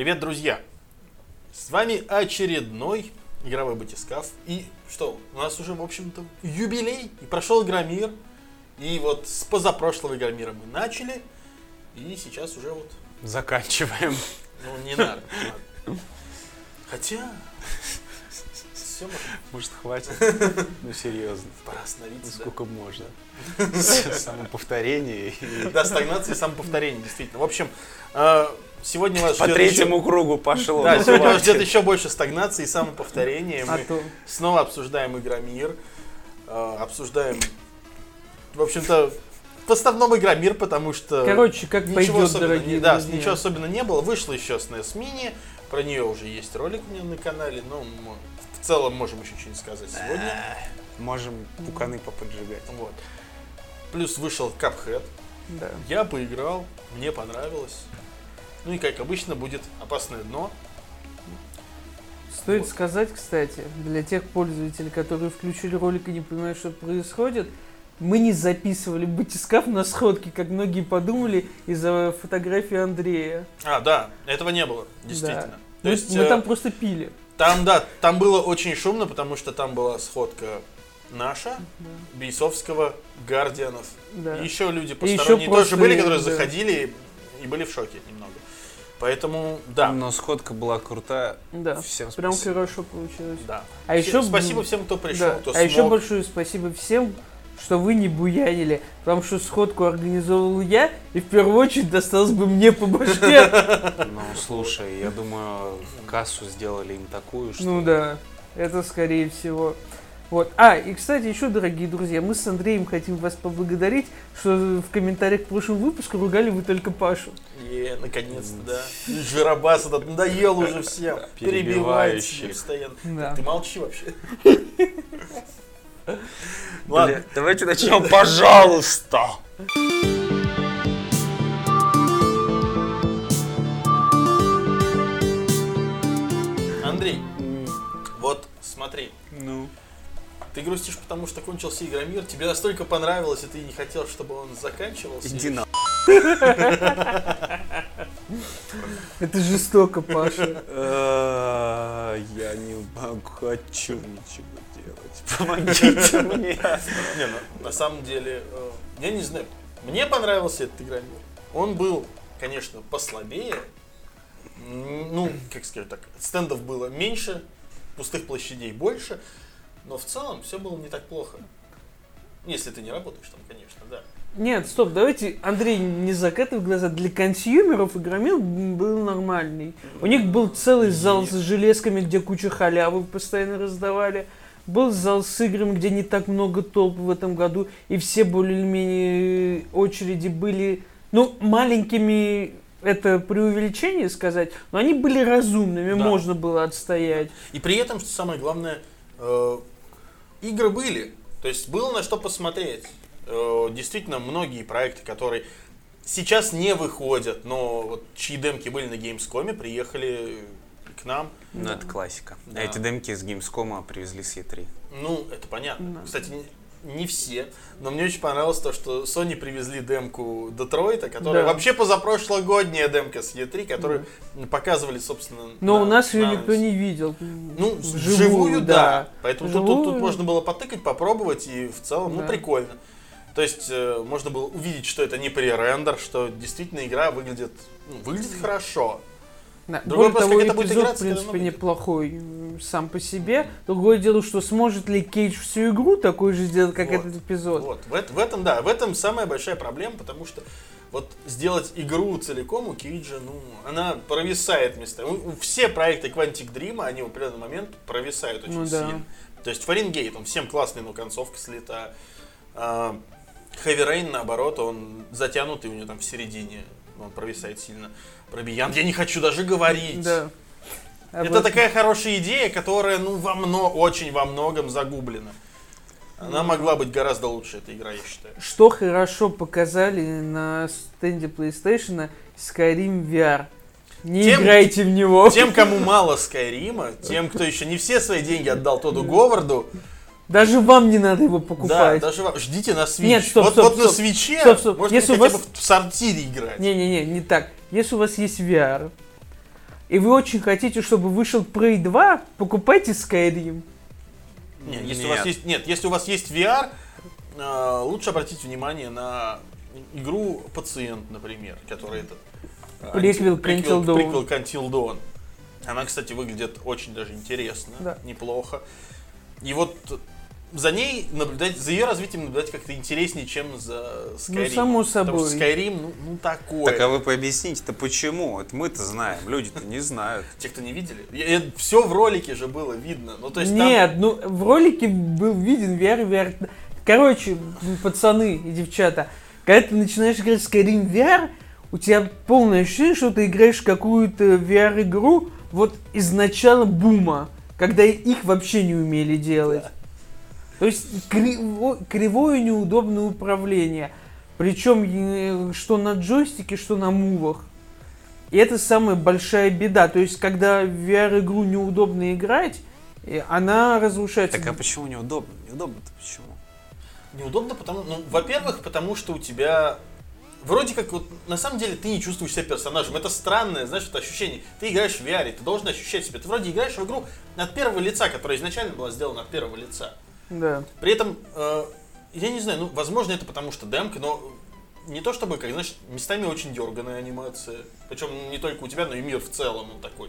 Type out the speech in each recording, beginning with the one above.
Привет, друзья! С вами очередной игровой батискаф. И что, у нас уже, в общем-то, юбилей. И прошел Игромир. И вот с позапрошлого Игромира мы начали. И сейчас уже вот... Заканчиваем. Ну, не надо. Хотя... Все может хватит? Ну, серьезно. Пора остановиться. Сколько можно? Самоповторение. Да, стагнация и самоповторение, действительно. В общем, сегодня вас по ждет третьему еще... кругу пошло. Да, сегодня вас ждет еще больше стагнации и самоповторения. А Мы то... снова обсуждаем Игромир. Обсуждаем, в общем-то, в основном Игромир, потому что... Короче, как пойдет, дорогие да, друзья. ничего особенно не было. Вышла еще SNES Mini. Про нее уже есть ролик у меня на канале. Но мы в целом можем еще что-нибудь сказать сегодня. Можем пуканы поподжигать. Вот. Плюс вышел Cuphead. Да. Я поиграл, мне понравилось. Ну и как обычно будет опасное дно. Стоит Вот. сказать, кстати, для тех пользователей, которые включили ролик и не понимают, что происходит, мы не записывали батискаф на сходке, как многие подумали, из-за фотографии Андрея. А, да, этого не было, действительно. Да. То есть, мы там просто пили. там, да, там было очень шумно, потому что там была сходка наша, Бейсовского, Гардианов. Да. И еще люди И посторонние еще тоже просто, были, которые да. заходили и были в шоке немного. Поэтому, да. Но сходка была крутая. Да, Всем прям спасибо. хорошо получилось. Да. А еще Спасибо всем, кто пришел, Да. кто А смог. еще большое спасибо всем, что вы не буянили, потому что сходку организовал я, и в первую очередь досталось бы мне по башке. Ну, слушай, я думаю, кассу сделали им такую, что... Ну да, это скорее всего. Вот. А, и, кстати, еще, дорогие друзья, мы с Андреем хотим вас поблагодарить, что в комментариях к прошлому выпуску ругали вы только Пашу. Наконец-то, да. Жиробас этот надоел уже всем. Перебивающий Перебивающий. постоянно. Да. Ты молчи вообще. Ладно. Бля, давайте начнем, пожалуйста. Андрей, вот смотри. Ну. Ты грустишь, потому что кончился Игромир, тебе настолько понравилось, и ты не хотел, чтобы он заканчивался. Иди на... Это жестоко, Паша. Я не хочу ничего делать. Помогите мне. Не, на самом деле, я не знаю, мне понравился этот Игромир. Он был, конечно, послабее. Ну, как сказать так, стендов было меньше, пустых площадей больше. Но в целом все было не так плохо. Если ты не работаешь там, конечно, да. Нет, стоп, давайте, Андрей, не закатывай глаза. Для консюмеров Игромир был нормальный. У них был целый зал с железками, где куча халявы постоянно раздавали. Был зал с играми, где не так много толп в этом году. И все более-менее очереди были, ну, маленькими, это преувеличение сказать, но они были разумными, Да. можно было отстоять. И при этом, что самое главное, игры были. То есть было на что посмотреть. Действительно, многие проекты, которые сейчас не выходят, но вот чьи демки были на Gamescom, приехали к нам. Ну, это классика. Да. А эти демки с Gamescom привезли с E3. Ну, это понятно. Да. Кстати, не все, но мне очень понравилось то, что Sony привезли демку Детройта, которая Да. вообще позапрошлогодняя демка с E3, которую показывали, собственно, Но у нас ее на никто не видел. Ну, вживую, да. Поэтому Вживую. тут можно было потыкать, попробовать, и в целом, Да. ну, прикольно. То есть, можно было увидеть, что это не пререндер, что действительно игра выглядит хорошо. Да. Другой Более вопрос, того, как это будет эпизод, играться, в когда принципе, оно выйдет. неплохой сам по себе. Другое дело, что сможет ли Кейдж всю игру такой же сделать, как Вот. этот эпизод. Вот. В этом, да, в этом самая большая проблема, потому что вот сделать игру целиком у Кейджа, ну, она провисает местами. Все проекты Quantic Dream, они в определенный момент провисают очень Ну да. сильно. То есть Фаренгейт, он всем классный, но концовка слета. Heavy Rain, наоборот, он затянутый у него там в середине, он провисает сильно. Про Beyond я не хочу даже говорить. Да. Это такая хорошая идея, которая, ну, очень во многом загублена. Она могла быть гораздо лучше, эта игра, я считаю. Что хорошо показали на стенде PlayStation Skyrim VR. Не играйте в него. Тем, кому мало Скайрима, тем, кто еще не все свои деньги отдал Тоду Говарду, Даже вам не надо его да, покупать. даже вам. Ждите на Switch. Нет, стоп, вот стоп, вот на стоп. Switch'е Стоп. можно Если у хотя вас- бы в сортире играть. Не так. Если у вас есть VR, и вы очень хотите, чтобы вышел Prey 2, покупайте Skyrim. Нет, если у вас есть VR, лучше обратить внимание на игру «Пациент», например, который этот... Приквел к Until Dawn. Приквел к Until Dawn. Она, кстати, выглядит очень даже интересно, Да. неплохо. И вот за ней наблюдать, за ее развитием наблюдать как-то интереснее, чем за Skyrim. Ну, само собой. Потому что Skyrim, ну такое. Так а вы пообъясните-то почему? Это мы-то знаем, люди-то не знают. Те, кто не видели, все в ролике же было видно. Ну, то есть Нет, ну в ролике был виден VR. Короче, пацаны и девчата, когда ты начинаешь играть в Skyrim VR, у тебя полное ощущение, что ты играешь в какую-то VR-игру вот из начала бума, когда их вообще не умели делать. То есть кривое неудобное управление. Причем что на джойстике, что на мувах. И это самая большая беда. То есть, когда в VR-игру неудобно играть, она разрушается. Так а почему неудобно? Неудобно-то почему? Неудобно, во-первых, потому что у тебя вроде как вот на самом деле ты не чувствуешь себя персонажем. Это странное, знаешь, это ощущение. Ты играешь в VR, ты должен ощущать себя. Ты вроде играешь в игру от первого лица, которая изначально была сделана от первого лица. Да. При этом, я не знаю, возможно, это потому что демка, но не то чтобы, как знаешь, местами очень дерганая анимация. Причем не только у тебя, но и мир в целом он такой.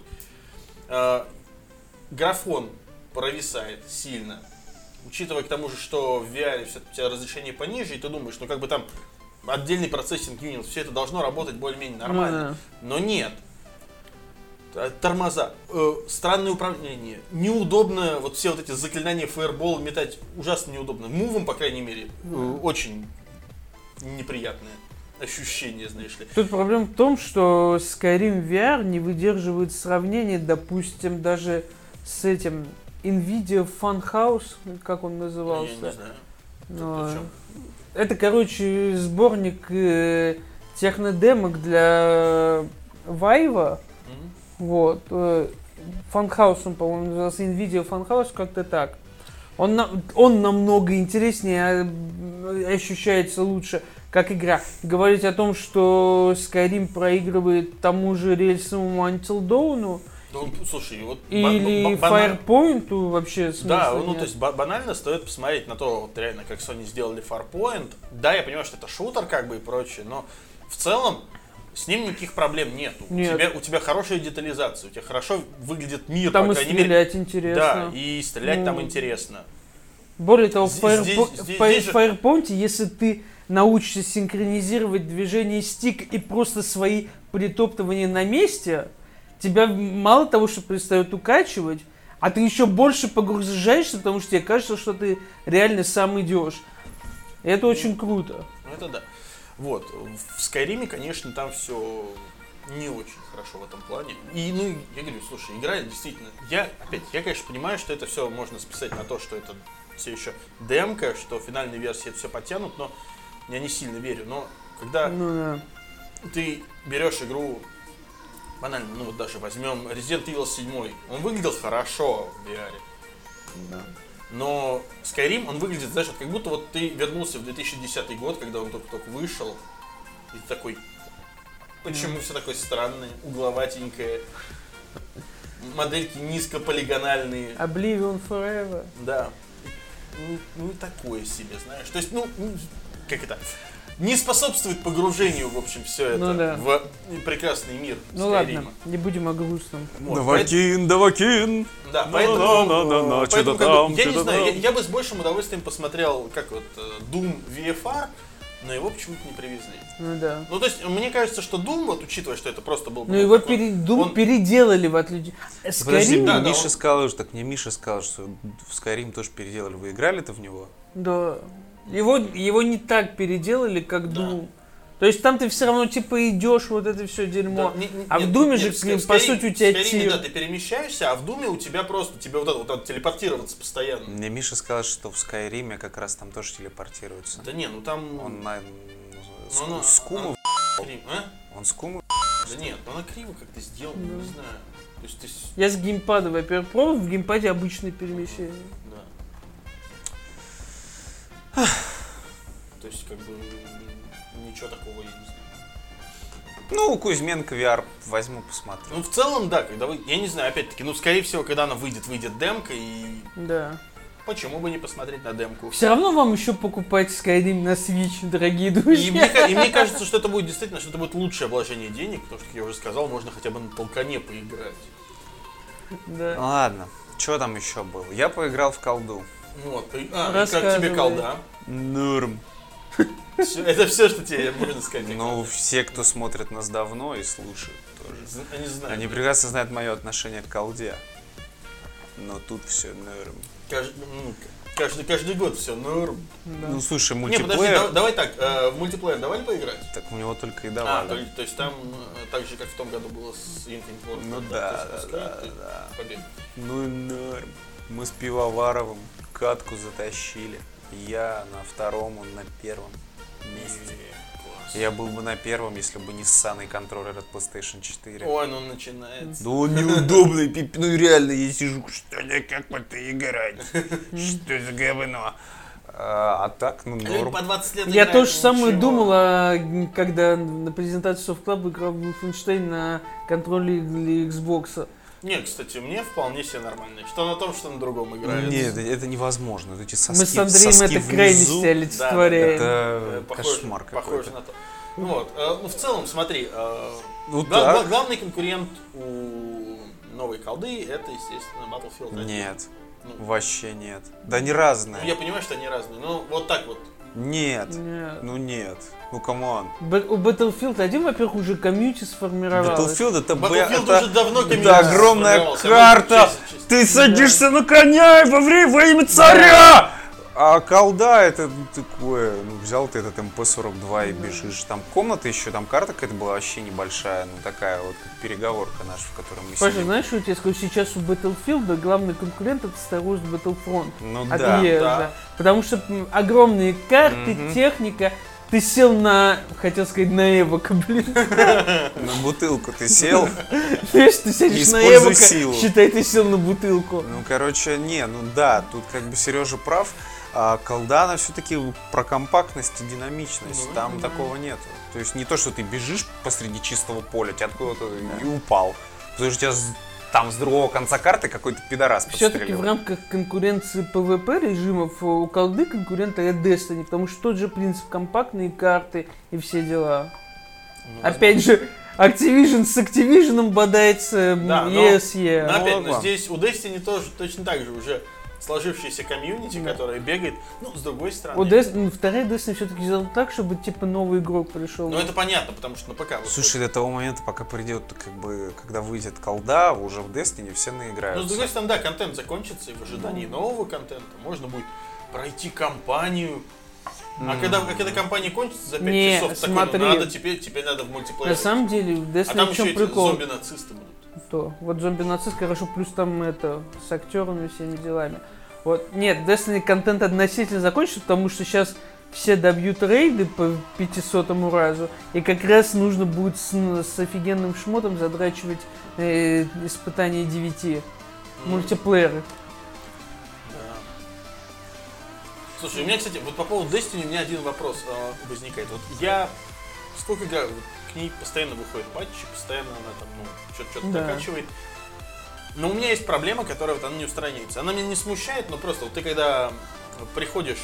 Графон провисает сильно. Учитывая к тому же, что в VR все-таки у тебя разрешение пониже, и ты думаешь, ну как бы там отдельный процессинг юнит, все это должно работать более-менее нормально. Но нет. Тормоза, странное управление, неудобно, вот все вот эти заклинания фаербола метать ужасно неудобно. Мувом, по крайней мере, очень неприятное ощущение, знаешь ли. Тут проблема в том, что Skyrim VR не выдерживает сравнения, допустим, даже с этим NVIDIA Funhouse, как он назывался. Я не знаю. Но... Это, короче, сборник технодемок для Vive. Вот. Funhouse, он, по-моему, назывался NVIDIA Funhouse, как-то так. Он намного интереснее, ощущается лучше, как игра. Говорить о том, что Skyrim проигрывает тому же рельсовому Until Dawn, слушай, вот или Firepoint вообще смысла да, нет. То есть банально стоит посмотреть на то, вот реально, как Sony сделали Farpoint. Да, я понимаю, что это шутер, как бы и прочее, но в целом с ним никаких проблем нету. Нет. У тебя хорошая детализация, у тебя хорошо выглядит мир, там по и крайней мере. стрелять интересно. Да, и стрелять там интересно. Более того, Здесь в Firepoint, если ты научишься синхронизировать движение стик и просто свои притоптывания на месте, тебя мало того, что перестает укачивать, а ты еще больше погружаешься, потому что тебе кажется, что ты реально сам идешь. И это очень круто. Ну это да. Вот. В Skyrim, конечно, там все не очень хорошо в этом плане. И, я говорю, слушай, игра действительно... Я, конечно, понимаю, что это все можно списать на то, что это все еще демка, что в финальной версии это все подтянут, но я не сильно верю. Но когда ты берешь игру... Банально, вот даже возьмем Resident Evil 7. Он выглядел хорошо в VR. Да. Но Skyrim, он выглядит, знаешь, как будто вот ты вернулся в 2010 год, когда он только вышел. И ты такой, почему все такое странное, угловатенькое, модельки низкополигональные. Oblivion Forever. Да. Ну такое себе, знаешь. То есть, как это... Не способствует погружению, в общем, все это в прекрасный мир Ну Skyrim. ладно, не будем о грустном. Вот, Давакин. Да, поэтому я не знаю, я бы с большим удовольствием посмотрел, как вот Doom VFR, но его почему-то не привезли. Ну да. Ну то есть, мне кажется, что Doom, вот учитывая, что это просто был... Ну его переделали в отличие... Подожди, Skyrim... Миша сказал, мне Миша сказал, что в Skyrim тоже переделали. Вы играли-то в него? Да. Его не так переделали, как Doom. То есть там ты все равно типа идешь, вот это все дерьмо. Да, в Думе же, по сути, у тебя тир. Да, ты перемещаешься, а в Думе у тебя просто, тебе вот это телепортироваться постоянно. Мне Миша сказал, что в Скайриме как раз там тоже телепортируется. Да не, там... Он с Кумы Он с Кумы Да нет, она криво как-то сделана, не знаю. То есть Я с геймпада, во-первых, пробовал, в геймпаде обычное перемещение. То есть, как бы, ничего такого я не знаю. Ну, Кузьменко VR возьму, посмотрю. Ну, в целом, да, когда вы... Я не знаю, опять-таки, ну, скорее всего, когда она выйдет демка, и Да. почему бы не посмотреть на демку? Все равно вам еще покупать Skyrim на Switch, дорогие И друзья. мне кажется, что это будет действительно, что это будет лучшее вложение денег, потому что, как я уже сказал, можно хотя бы на толкане поиграть. Да. Ладно, что там еще было? Я поиграл в колду. Вот. И как Рассказывай. тебе колда? Норм. Это все, что тебе можно сказать. Ну, все, кто смотрит нас давно и слушают тоже. Они знают. Они прекрасно знают мое отношение к колде. Но тут все норм. Каждый год все норм. Да. Ну, слушай, Не, подожди, мультиплеер... давай так, в мультиплеер давали поиграть? Так у него только и А, давали. то есть там так же, как в том году было с Infinite Warfare. Ну то да, есть да, пускай ты да. побег. Ну и норм. Мы с Пивоваровым катку затащили. Я на втором, он на первом месте. Класс. Я был бы на первом, если бы не ссаный контроллер от PlayStation 4. Ой, ну начинается. Да он неудобный, ну реально, я сижу, что ли, как в это играть? Что за говно? А так, ну Люди норм. по 20 лет Я играют, то же ну, самое ничего. думал, когда на презентации Soft Club играл в Wolfenstein на контроле для Xbox. Нет, кстати, мне вполне себе нормально. Что на том, что на другом играет. Нет, это невозможно. Эти соски, Мы с Андреем соски это крайности внизу, олицетворяем. это Похоже кошмар какой-то. на то. Ну вот, ну в целом, смотри, Ну так. главный конкурент у новой колды это, естественно, Battlefield 1. Нет, Ну, вообще нет. Да не разные. ну, я понимаю, что они разные, но вот так вот. Нет, Нет. ну нет. Ну камон. У Battlefield 1, во-первых, уже комьюнити сформировалось. Battlefield это, Battlefield это, уже давно это комьюнити огромная сформировался. карта. Ну, Ты садишься на коня во имя царя. А колда это такое, ну взял ты этот МП-42 и бежишь. Там комната еще, там карта какая-то была вообще небольшая, ну такая вот как переговорка наша, в которой мы Паша, сидим. знаешь, что я тебе скажу? Сейчас у Battlefield главный конкурент это Star Wars Battlefront. Ну От да. EA, да. да. Потому что огромные карты, Мгм. техника. Ты сел на, хотел сказать, на Эвока, блин. На бутылку ты сел. Знаешь, ты сидишь на Используй Эвока, силу. считай, ты сел на бутылку. Ну, короче, ну да, тут как бы Сережа прав. А колда, она все-таки про компактность и динамичность. Ну, там такого нету. То есть не то, что ты бежишь посреди чистого поля, тебя откуда-то и упал. Потому что тебя там с другого конца карты какой-то пидорас Все-таки в подстрелил. рамках конкуренции PvP режимов у колды конкурента это Destiny, потому что тот же принцип компактные карты и все дела. Ну, Опять же, Activision с Activision бодается, Да, но- ESE. Но опять, ладно. здесь у Destiny тоже точно так же уже сложившаяся комьюнити, Да. которая бегает. Ну, с другой стороны. У вторая Destiny все-таки сделала так, чтобы типа новый игрок пришел. Ну, это понятно, потому что на ПК выходит. Слушай, до того момента, пока придет, как бы, когда выйдет колда, уже в Destiny все Но наиграются. с другой стороны, да, контент закончится, и в ожидании нового контента можно будет пройти кампанию. А когда кампания кончится за 5 Не, часов, такой, смотри. ну надо теперь надо в мультиплеер. На самом деле, в А Destiny там в еще чем эти прикол? зомби-нацисты будут. То. Вот зомби-нацист, хорошо, плюс там это, с актерами, всеми делами. Вот, нет, Destiny контент относительно закончится, потому что сейчас все добьют рейды по 500-му разу, и как раз нужно будет с офигенным шмотом задрачивать испытания 9 мультиплееры. Да. Слушай, у меня, кстати, вот по поводу Destiny у меня один вопрос возникает. Вот я сколько играю, вот к ней постоянно выходят патчи, постоянно она там, ну, что-то Да. докачивает. Но у меня есть проблема, которая вот она не устраняется. Она меня не смущает, но просто вот ты когда приходишь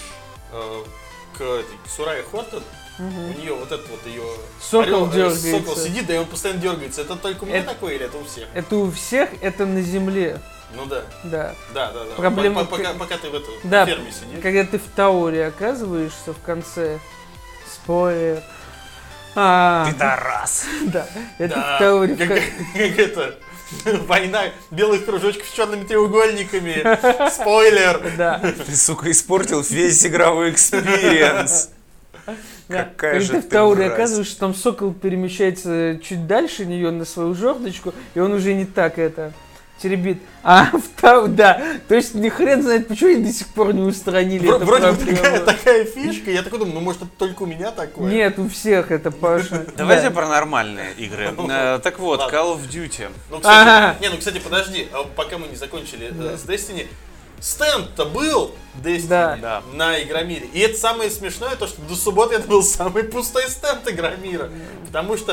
к Сурае Хортон, у нее вот этот вот ее Сокол дергается. Сокол сидит, да и он постоянно дергается. Это только у меня Это- такое или это у всех? Это у всех, это на земле, Ну да, да. да. Проблема- Пока ты в эту Да, ферме сидишь. когда ты в Тауре оказываешься в конце, спойлер. Да, Пидорас! это Да, в Тауре. как это война белых кружочков с черными треугольниками. Спойлер. Да. Ты, сука, испортил весь игровой экспириенс. Да. Какая Когда же ты в ты Тауре мразь. оказываешься, там сокол перемещается чуть дальше нее на свою жердочку, и он уже не так это теребит. А да, то есть ни хрен знает, почему они до сих пор не устранили эту Вроде бы проблему. такая фишка. Я такой думаю, ну может это только у меня такое. Нет, у всех это, Паша. Давайте Да. про нормальные игры. Так вот, Ладно. Call of Duty. Ну, кстати, Ага. кстати, подожди, пока мы не закончили с Destiny, стенд-то был Destiny Да. на Игромире. И это самое смешное, то что до субботы это был самый пустой стенд Игромира. Потому что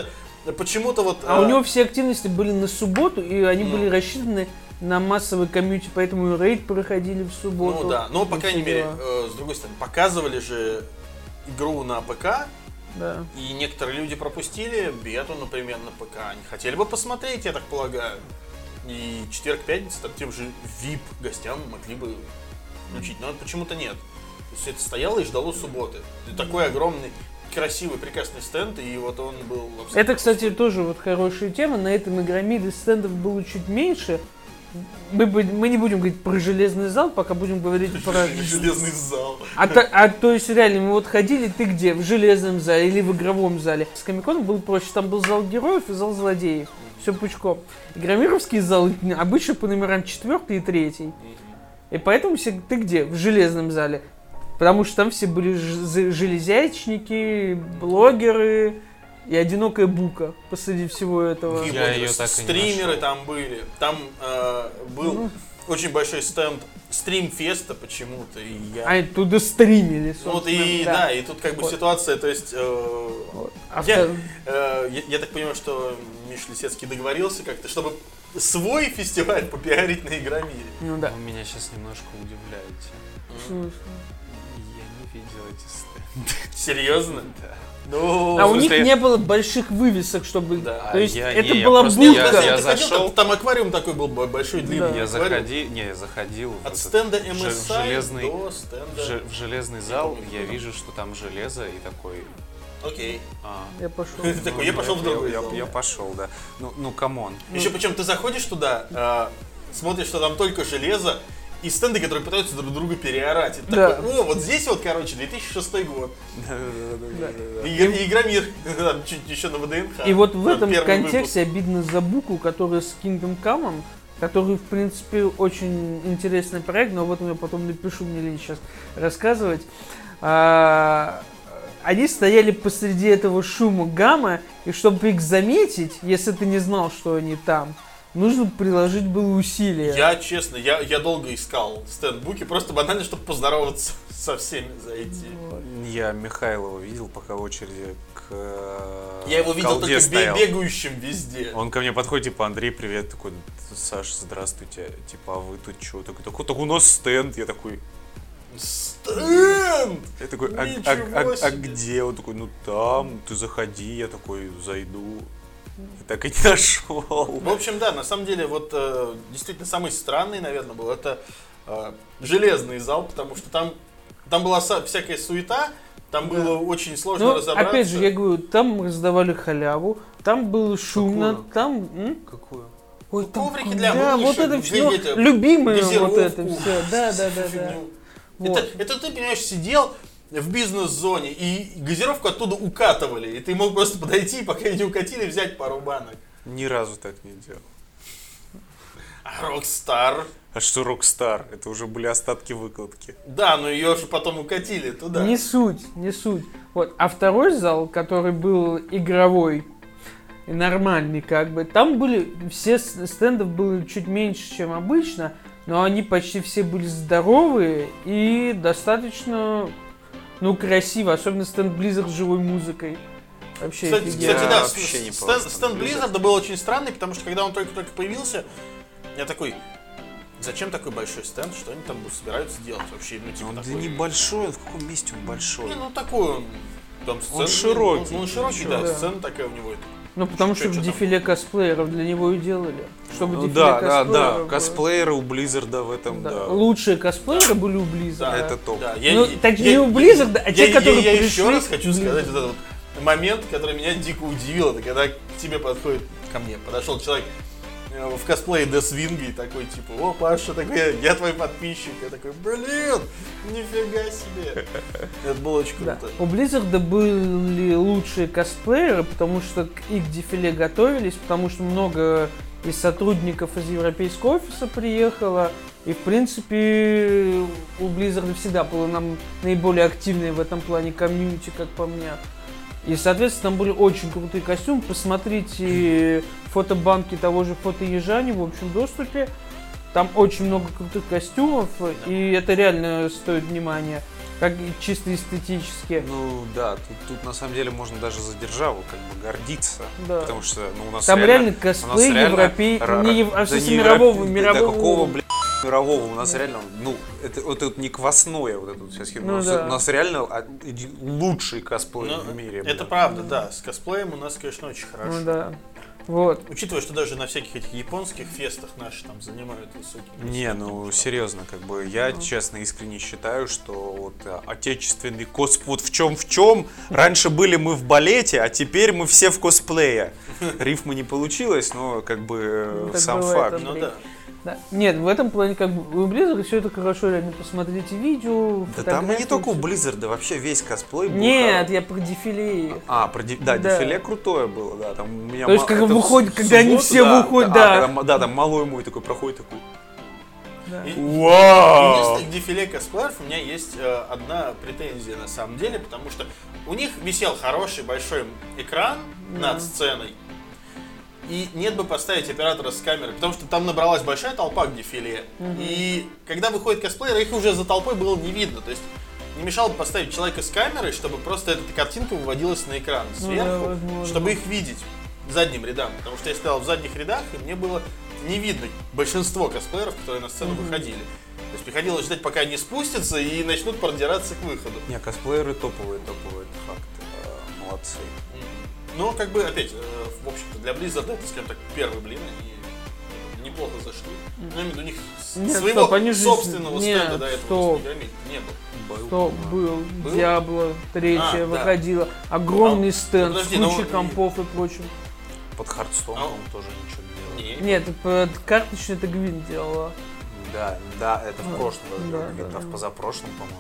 почему-то вот... А у него все активности были на субботу, и они были рассчитаны на массовый комьюнити, поэтому и рейд проходили в субботу. Ну да, но, по и крайней все мере, дела. с другой стороны, показывали же игру на ПК, Да. и некоторые люди пропустили бету, например, на ПК. Они хотели бы посмотреть, я так полагаю. И четверг-пятница там тем же VIP гостям могли бы включить, но почему-то нет. То есть это стояло и ждало субботы. И такой огромный, красивый, прекрасный стенд, и вот он был... абсолютно Это, кстати, пустой. тоже вот хорошая тема. На этом Игромире стендов было чуть меньше. Мы не будем говорить про железный зал, пока будем говорить про... Железный зал. То есть реально, мы вот ходили, ты где? В железном зале или в игровом зале? С Комиконом было проще, там был зал героев и зал злодеев. Все пучком. Игромировский зал обычно по номерам 4 и 3. И поэтому ты где? В железном зале. Потому что там все были железячники, блогеры и одинокая бука посреди всего этого. И Я вот её так и не стримеры нашел. там были. Там был очень большой стенд стримфеста почему-то. И я... Они туда стримили, собственно. Вот и да, и тут как бы Вот. ситуация, то есть Вот. А я, втор- я так понимаю, что Миша Лисецкий договорился как-то, чтобы свой фестиваль попиарить на Игромире. Ну да. Вы меня сейчас немножко удивляете. Я не видел эти стенды. Серьезно? Да. Ну, А в у них смысле- не было больших вывесок, чтобы... Да. То есть Я- это не, я была просто- будка. я ты ходил, зашел. там аквариум такой был большой, длинный. Да. Я аквариум. заходил в От этот стенда в MSI железный, до стенда... в железный зал, помню, я куда. вижу, что там железо и такой... Окей. Я пошел. Ты такой, я пошел в другой зал. Я пошел, да. Ну, камон. Еще причем ты заходишь туда, смотришь, что там только железо, и стенды, которые пытаются друг друга переорать. И ты Да. такой, вот здесь вот, короче, 2006 год. Да. И Игромир, там чуть еще на ВДНХ. И вот в Там этом первый контексте обидно за Буку, который с Kingdom Come, который, в принципе, очень интересный проект, но об этом я потом напишу, мне лень сейчас рассказывать. Они стояли посреди этого шума гамма, и чтобы их заметить, если ты не знал, что они там, нужно приложить было усилия. Я, честно, я долго искал стендбуки, просто банально, чтобы поздороваться со всеми зайти. Я Михайлова видел, пока в очереди к Я его видел колде только стоял. бегающим везде. Он ко мне подходит, типа, Андрей, привет, такой, Саша, здравствуйте, типа, а вы тут что? Такой, так у нас стенд, я такой, Стенд! я такой, Ничего а себе. где? Он такой, ну там, ты заходи, я такой, зайду. И так и не нашел. В общем, да, на самом деле, вот действительно самый странный, наверное, был это железный зал, потому что там была всякая суета, там было очень сложно Ну, разобраться. опять же, я говорю, там раздавали халяву, там было шумно, Какую? там... Какую? Ой, там, Коврики для да, вот мышек, это все, эти, любимое вот газировку, это все, да. фигню. Вот. Это ты, понимаешь, сидел в бизнес-зоне, и газировку оттуда укатывали, и ты мог просто подойти, пока ее не укатили, взять пару банок. Ни разу так не делал. А Rockstar, А что Rockstar? Это уже были остатки выкладки. да, но ее же потом укатили туда. Не суть. Вот. А второй зал, который был игровой и нормальный, как бы, там были, все стендов было чуть меньше, чем обычно, но они почти все были здоровые и достаточно, красиво, особенно стенд Blizzard с живой музыкой. Вообще Кстати, офигенно. кстати, да, вообще не понял, стенд Blizzard был очень странный, потому что когда он только появился, я такой, зачем такой большой стенд, что они там собираются делать вообще? Ну, типа, Он да такой... небольшой, в каком месте он большой? Не, ну такой он, там сцена, Он широкий. Он широкий, Ничего. да, Да. сцена такая у него. Ну, потому Чё что в там? дефиле косплееров для него и делали. Чтобы Ну, дефиле да, косплееров было. косплееры у Blizzard в этом, Да. да. Лучшие косплееры были у Blizzard. Да, Это топ. Да, Так не у Blizzard, а те, которые я пришли еще раз к хочу Blizzard. сказать вот этот вот момент, который меня дико удивил, это когда к тебе подходит, ко мне подошел человек в косплее Deathwing и такой типа, о, Паша, такой, я твой подписчик, я такой, блин, нифига себе. Это было очень Да. круто. У Blizzard были лучшие косплееры, потому что к их дефиле готовились, потому что много из сотрудников из европейского офиса приехало. И, в принципе, у Blizzard всегда было наиболее активное в этом плане комьюнити, как по мне. И, соответственно, там были очень крутые костюмы. Посмотрите фотобанки того же фотоежани в общем доступе. Там очень много крутых костюмов, и это реально стоит внимания. как и чисто эстетически. Ну да, тут на самом деле можно даже за державу как бы гордиться. Да. Потому что ну, у нас Там реально у косплей нас реально европейский, да не мирового. Да какого, блядь, мирового? У нас реально, ну, это вот это не квасное вот это вот сейчас. Ну, да. У нас реально лучший косплей Ну, в мире. это правда, да. С косплеем у нас, конечно, очень хорошо. Ну да. Вот. Учитывая, что даже на всяких этих японских фестах наши там занимают высокие. Не, ну серьезно, как бы я честно искренне считаю, что вот отечественный косплей, вот в чем, раньше были мы в балете, а теперь мы все в косплее. Рифма не получилось, но как бы Так сам бывает, факт. Ну Андрей. да. Да. Нет, в этом плане, как бы, у Blizzard все это хорошо, реально, посмотрите видео, Да там и не фотографии, только у всё. Blizzard, вообще весь косплей был. Нет, я про дефиле. Да, Да. дефиле крутое было, да. Там у меня То есть, ма- как это выходит, в когда они субботу, все выходят, да. Да, там малой мой такой проходит, такой. Да. Вау! Единственное, к дефиле косплееров у меня есть одна претензия на самом деле, потому что у них висел хороший большой экран над сценой, и нет бы поставить оператора с камерой, потому что там набралась большая толпа к дефиле, и когда выходит косплеер, их уже за толпой было не видно, то есть не мешало бы поставить человека с камерой, чтобы просто эта картинка выводилась на экран сверху, возможно. чтобы их видеть задним рядам, потому что я стоял в задних рядах, и мне было не видно большинство косплееров, которые на сцену выходили. То есть приходилось ждать, пока они спустятся и начнут продираться к выходу. Не, косплееры топовые, это факт. Молодцы. Но, как бы, опять, в общем-то, для Blizzard это, скажем так, первый блин, они неплохо зашли. Но я имею в виду, у них Нет, своего стоп, они же- собственного нет, стенда до этого стоп. с играми не было. Что был? Был? Диабло 3 А, да. выходила. Огромный стенд подожди, с ну, кучей компов и прочим. Под Хардстоун, А. по-моему, тоже ничего не делал. Не. Нет, карточный это Гвин делала. Да, это в прошлом году, да, или да. в позапрошлом, по-моему.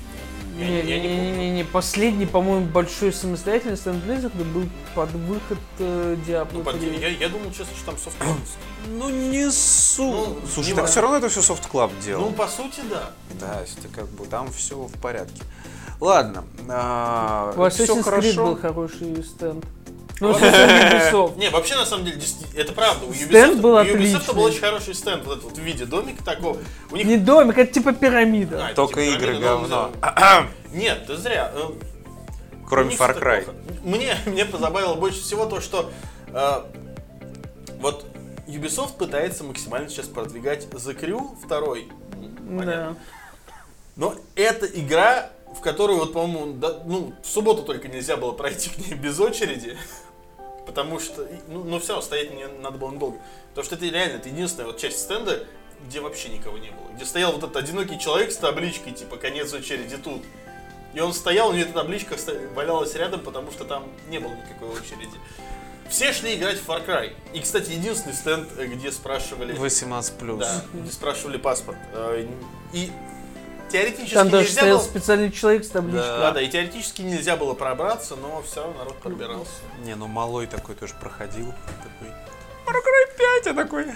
Я не помню. Не, последний, по-моему, большой самостоятельный стенд Blizzard был под выход Диабло Ну, 3. я думал, честно, что там софт-клаб. Ну, не Ну, Слушай, не так важно. все равно это все Soft Club делал. Ну, по сути, да. Да, если как бы там все в порядке. Ладно, У все Assassin's Creed хорошо. был хороший стенд. Ну, в смысле, Ubisoft. Не, вообще, на самом деле, это правда. Стенд был у Ubisoft отличный. был очень хороший стенд, вот этот вот в виде домика такого. У них Не домик, это типа пирамида. это Только типа игры пирамида, но говно. Нет, ты зря. Кроме У них Far всё Cry. плохо. Мне позабавило больше всего то, что вот Ubisoft пытается максимально сейчас продвигать The Crew 2. Да. Но это игра, в которую, вот, по-моему, в субботу только нельзя было пройти к ней без очереди. Потому что, но все равно стоять мне надо было недолго. Потому что это реально, это единственная вот часть стенда, где вообще никого не было. Где стоял вот этот одинокий человек с табличкой, типа, конец очереди тут. И он стоял, у него эта табличка валялась рядом, потому что там не было никакой очереди. Все шли играть в Far Cry. И, кстати, единственный стенд, где спрашивали... 18+. Да, где спрашивали паспорт. И теоретически Там даже нельзя стоял было... специальный человек с табличкой. Да, и теоретически нельзя было пробраться, но все равно народ пробирался. Не, ну малой такой тоже проходил. Такой. Far Cry 5, я такой.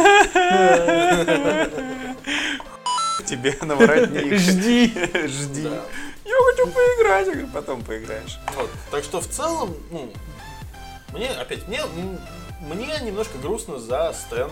Тебе на воротник. Жди. Жди. Да. Я хочу поиграть. Я говорю, потом поиграешь. Вот. Так что в целом, мне немножко грустно за стенд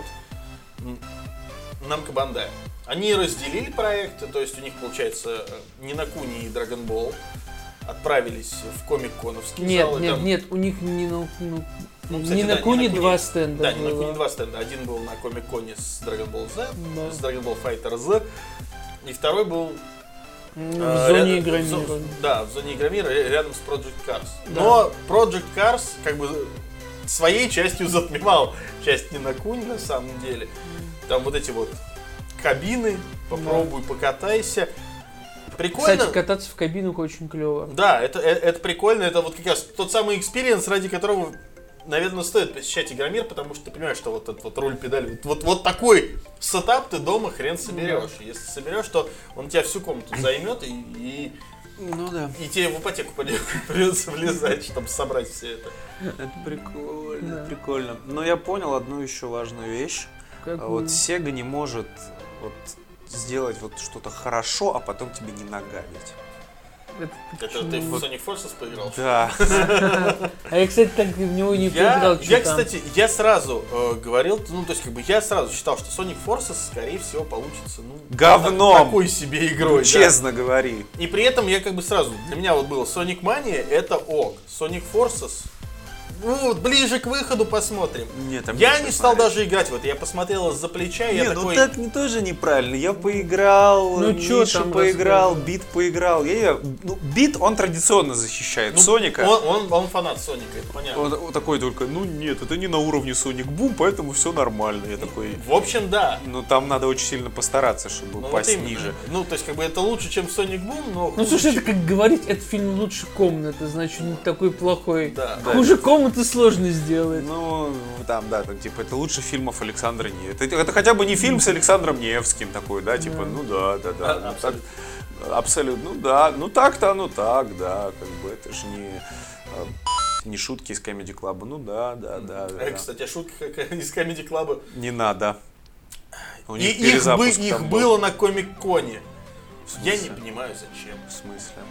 Namco Bandai. Они разделили проекты, то есть у них, получается, Нинокуни и Dragon Ball отправились в комик-коновский зал. Нет, у них не кстати, на да, Куни Ни на два Куни- стенда Да, не на было. Куни два стенда. Один был на комик-коне с Dragon Ball Z, Да. с Dragon Ball Fighter Z, и второй был В зоне рядом- Игромира. Да, в зоне Игромира, рядом с Project Cars. Да. Но Project Cars как бы своей частью затмевал часть Нинокуни на самом деле. Там вот эти вот кабины, попробуй, покатайся. Прикольно. Кстати, кататься в кабинах очень клево. Да, это прикольно, это вот как раз тот самый экспириенс, ради которого, наверное, стоит посещать Игромир, потому что ты понимаешь, что вот этот вот руль, педаль, вот такой сетап ты дома хрен соберешь. Если соберешь, то он тебя всю комнату займет, и Ну да. тебе в ипотеку придется влезать, чтобы собрать все это. Это прикольно, Да. прикольно. Но я понял одну еще важную вещь. Какую? Вот Sega не может вот сделать вот что-то хорошо, а потом тебе не нагадить. Это ты в Sonic Forces поиграл? Да. А я, кстати, так в него не поиграл. Кстати, я сразу говорил, ну, то есть, как бы, я сразу считал, что Sonic Forces, скорее всего, получится, ну, говном. такой себе игрой. Ну, честно говори. И при этом я как бы сразу, для меня вот было Sonic Mania, это ок. Sonic Forces, ну, ближе к выходу посмотрим. Нет, там я ничего не стал смотреть. даже играть в это, я посмотрел из-за плеча, и Не, я ну такой... так тоже неправильно. Я поиграл, Ну, чё Миша там поиграл, рассказывать? Бит поиграл. Ну, Бит, он традиционно защищает Ну, Соника. Он фанат Соника, это понятно. Он такой только, ну нет, это не на уровне Sonic Boom, поэтому все нормально. Я такой, В общем, да. ну там надо очень сильно постараться, чтобы Ну, упасть вот именно. ниже. Ну, то есть, как бы, это лучше, чем Sonic Boom, но... Ну, хуже, слушай, чем- это как говорить, этот фильм лучше комнаты, значит, он не такой плохой. Да. Хуже комнаты сложно сделать. Ну, там, да, там, типа, это лучше фильмов Александра Невского. Это хотя бы не фильм с Александром Невским такой, да, типа, ну да. Ну, Абсолютно. так, абсолютно, ну да, ну так-то, ну так, да, как бы это же не шутки из Comedy Club, ну да. Кстати, шутка из Comedy Club. Не надо. У И них их перезапуск там был. было на Комик-Коне. В Я смысле? не понимаю, зачем. В смысле?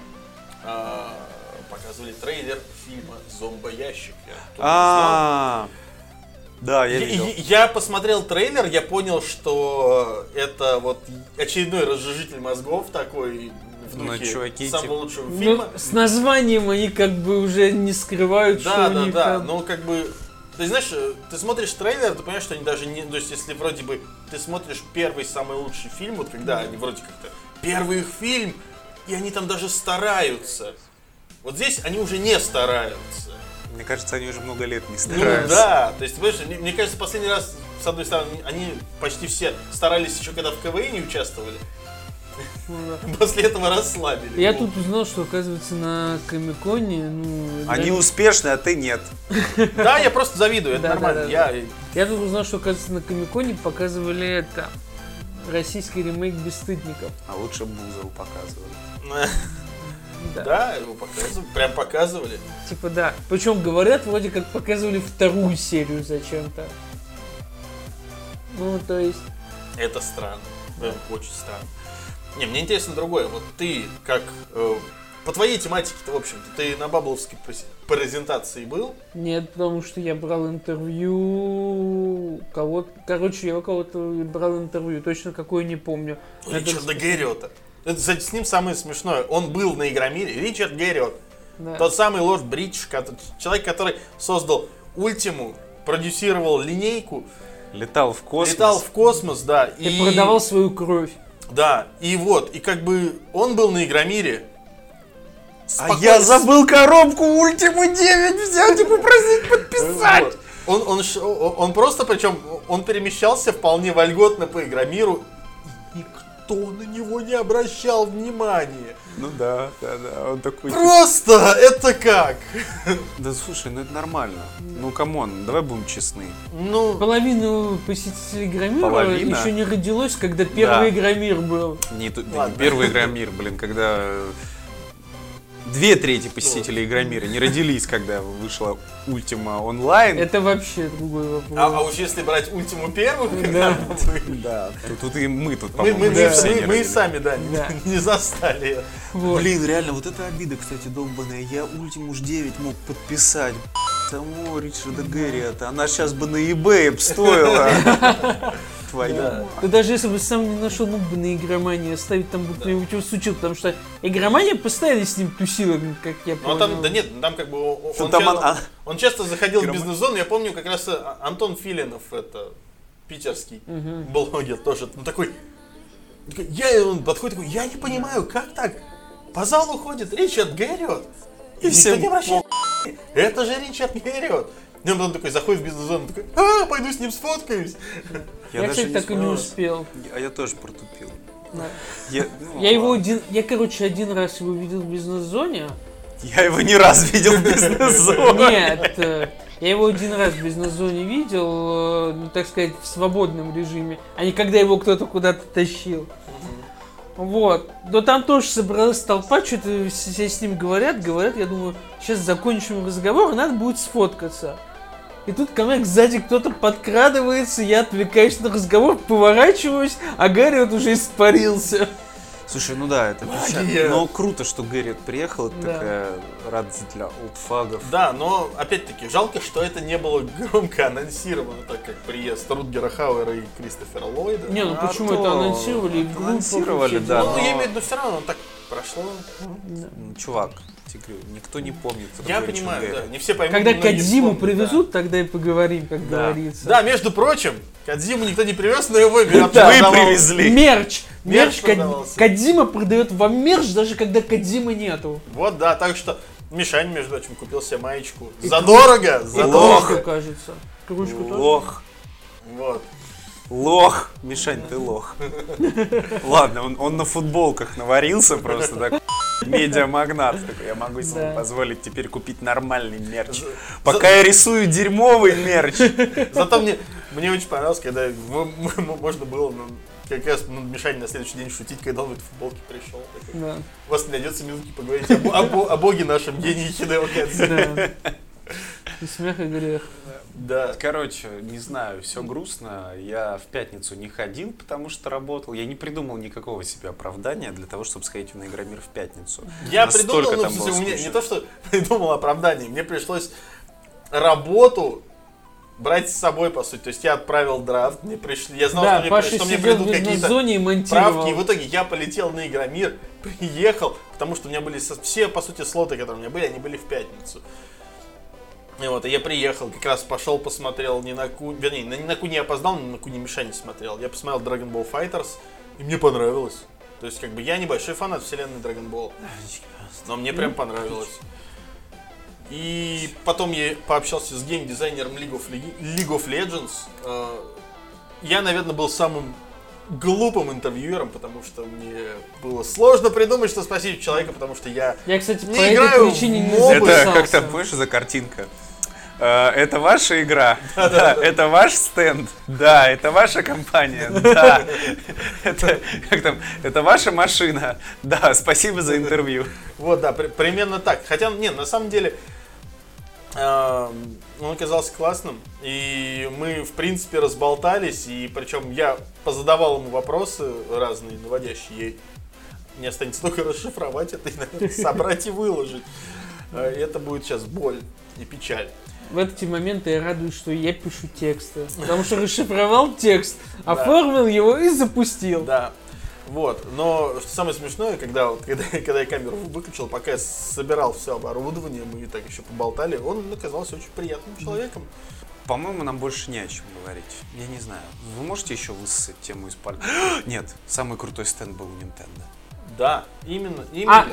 Показывали трейлер фильма «Зомбоящик». Я тоже не знал. Да, я видел. Я посмотрел трейлер, я понял, что это вот очередной разжижитель мозгов такой в Ну, духе чуваки, самого типа- лучшего Ну, фильма. с названием они как бы уже не скрывают, что у них Да, там. но как бы... Ты знаешь, ты смотришь трейлер, ты понимаешь, что они даже не... То есть, если вроде бы ты смотришь первый самый лучший фильм, вот когда они вроде как-то... Первый их фильм, и они там даже стараются. Вот здесь они уже не стараются. Мне кажется, они уже много лет не Ну стараются. да, то есть, понимаешь, мне кажется, последний раз, с одной стороны, они почти все старались еще когда в КВН участвовали, Ну, да. после этого расслабили. Я Ну, тут узнал, что, оказывается, на Комиконе, ну... Они даже- успешны, а ты нет. Да, я просто завидую, это Да, нормально. да, да. Я... Я тут узнал, что, оказывается, на Комиконе показывали это... Российский ремейк «Бесстыдников». А лучше Бузову показывали. Да, его показывали, прям показывали. Типа да. Причем говорят, вроде как показывали вторую серию зачем-то. Ну, то есть... Это странно, очень странно. Не, мне интересно другое. Вот ты как... по твоей тематике-то, в общем-то, ты на бабловской презентации был? Нет, потому что я брал интервью кого-то... Короче, я у кого-то брал интервью, точно какое не помню. Ричарда Герриота. Это, кстати, с ним самое смешное. Он был на Игромире. Ричард Герриот. Да. Тот самый Лорд Бридж, человек, который создал Ультиму, продюсировал линейку, Летал в космос. летал в космос, да. И продавал свою кровь. Да, и вот, и как бы он был на Игромире. А я забыл коробку Ультиму 9 взять и попросить подписать. Вот. Он просто, причем, он перемещался вполне вольготно по Игромиру. И никто на него не обращал внимания. Ну да, он такой... Просто, это как? Да слушай, ну это нормально. Ну камон, давай будем честны. Ну, Половину посетителей Игромира Половина? еще не родилось, когда первый Да. Игромир был. Не, да не Ладно. первый Игромир, блин, когда 2/3 посетителей Игромира не родились, когда вышла Ультима онлайн. Это вообще другой вопрос. а уж если брать Ультиму первую, Да. Да, тут и мы тут, мы по-моему, все не и родились. сами, да, Да. не застали это. Вот. Блин, реально, вот это обида, кстати, долбаная. Я Ультиму 9 мог подписать. Самого Ричарда Герриота. Она сейчас бы на eBay стоила. Твою Да. мать. Да даже если бы сам не нашел, мог бы на игромании оставить там бы кто-нибудь его сучил, потому что игромания постоянно с ним тусила, как я Ну а понял. там, да нет, там как бы он, Там часто, он- он часто заходил в Игроман- бизнес-зону. Я помню, как раз Антон Филинов, это питерский блогер, тоже, ну такой, он подходит такой, я не понимаю, как так? По залу ходит Ричард Герриот, и никто всем не обращает внимания. Это же Ричард Герриот. И он такой заходит в бизнес-зону, такой, пойду с ним сфоткаюсь. Я, даже кстати, не так и не справился. успел. А я тоже протупил. Да. Я один раз его видел в бизнес-зоне. я его не раз видел в бизнес-зоне. Нет, я его один раз в бизнес-зоне видел, ну, так сказать, в свободном режиме, а не когда его кто-то куда-то тащил. Вот. Но там тоже собралась толпа, что-то все с ним говорят, я думаю, сейчас закончим разговор, и надо будет сфоткаться. И тут ко мне сзади кто-то подкрадывается, я отвлекаюсь на разговор, поворачиваюсь, а Гарри вот уже испарился. Слушай, ну да, это Магия. печально. Но круто, что Гэри приехал, это Да. такая радость для олдфагов. Да, но опять-таки жалко, что это не было громко анонсировано, так как приезд Рутгера Хауэра и Кристофера Ллойда. Не, ну А почему то это анонсировали? и глупо анонсировали, вообще да, делать. Ну, я но- имею в виду, все равно так прошло. Ну, чувак, тебе говорю, никто не помнит. кто Я такой понимаю, Ричард да, Гэри. не все поймут. Когда многие Кодзиму вспомнят, привезут, тогда и поговорим, как Да. говорится. Да, между прочим, Кодзиму никто не привез, но его берут. Да. Вы продавал. привезли. Мерч! Мерч Мерч продавался. Кодзима продает вам мерч, даже когда Кодзимы нету. Вот, да, так что Мишань, между прочим, купил себе маечку. Задорого, И задорого. кружку, кажется. Кружку тоже. Лох. Вот. Лох. Мишань, ты лох. Ладно, он на футболках наварился просто так. Медиамагнат такой. Я могу себе Да. позволить теперь купить нормальный мерч. Пока я рисую дерьмовый мерч. Зато мне очень понравилось, когда можно было как раз Мишань на следующий день шутить, когда он в этой футболке пришел. Такой, Да. у вас не найдется минутки поговорить о боге нашем, гении Хидео Кодзиме. Да. И смех, и грех. Да. Короче, не знаю, все грустно. Я в пятницу не ходил, потому что работал. Я не придумал никакого себе оправдания для того, чтобы сходить на Игромир в пятницу. Я Настолько придумал, ну, там в было смысле, у меня скучно. не то, что придумал оправдание, мне пришлось работу брать с собой, по сути. То есть я отправил драфт, мне пришли, я знал, Да, что, Паша мне сидел придут в какие-то бизнес-зоне и монтировал. правки, и в итоге я полетел на Игромир, приехал, потому что у меня были все, по сути, слоты, которые у меня были, они были в пятницу. И вот, и я приехал, как раз пошел, посмотрел не на Ку не опоздал, но на Ку не Мишань смотрел. Я посмотрел Dragon Ball Fighters, и мне понравилось. То есть, как бы, я небольшой фанат вселенной Dragon Ball, но мне прям понравилось. И потом я пообщался с геймдизайнером League of Legends. Я, наверное, был самым глупым интервьюером, потому что мне было сложно придумать, что спросить человека, потому что я... Я, кстати, Не по этой играю в причине не мобы. Это записался. как там, помнишь, за картинка? Это ваша игра? Да. Это ваш стенд? Да. Это ваша компания? Да. Это, как там, это ваша машина? Да, спасибо за интервью. Вот, да, примерно так. Хотя, не, на самом деле, он оказался классным, и мы, в принципе, разболтались, и причем я позадавал ему вопросы разные, наводящие. Мне останется только расшифровать это и, наверное, собрать и выложить. И это будет сейчас боль и печаль. В эти моменты я радуюсь, что я пишу тексты. Потому что расшифровал текст, оформил его и запустил. Да. Вот. Но что самое смешное, когда я камеру выключил, пока я собирал все оборудование, мы так еще поболтали, он оказался очень приятным человеком. По-моему, нам больше не о чем говорить. Я не знаю. Вы можете еще высосать тему из пальца? Нет, самый крутой стенд был у Nintendo. Да, именно.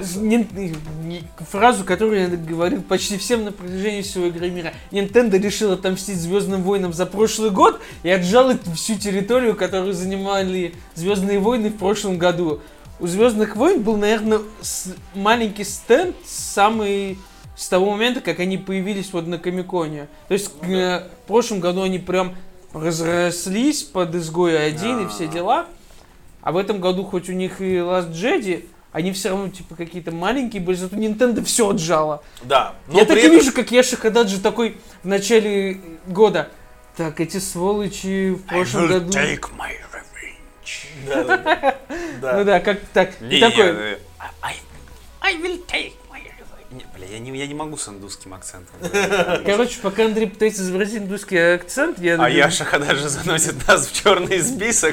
Фразу, которую я говорил почти всем на протяжении всего Игромира. Nintendo решил отомстить Звездным войнам за прошлый год и отжал всю территорию, которую занимали Звездные войны в прошлом году. У Звездных войн был, наверное, маленький стенд с того момента, как они появились вот на Комиконе. То есть в прошлом году они прям разрослись под Изгоя 1 и все дела. А в этом году, хоть у них и Last Jedi, они все равно типа какие-то маленькие были, зато Nintendo все отжало. Да. Я так и вижу, как Яша Хададжи такой в начале года. Так, эти сволочи в прошлом году... take my revenge. Да. Ну да, как так. И такой... I will take my revenge. Не, бля, я не могу с индусским акцентом. Короче, пока Андрей пытается изобразить индусский акцент, я... А Яша даже заносит нас в черный список.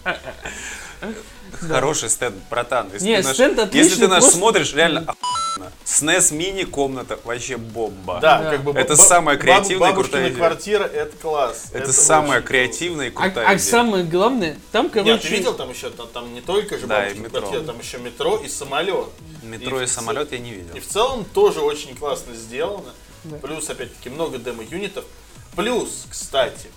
Хороший стенд, братан. Не, стенд отличный, Если ты нас просто- смотришь, реально охуенно. SNES мини-комната, вообще бомба. Да, Да. как бы Это самая креативная и крутая бабушкина идея. квартира, это класс. Это самая очень креативная и А крутая идея. самое главное, там, круто. короче... Нет, ты видел там еще, там не только же Да, и бабушкина метро. квартира, там еще метро и самолет. Метро и в самолет я не И видел. в целом тоже очень классно сделано. Да. Плюс, опять-таки, много демо-юнитов. Плюс, кстати,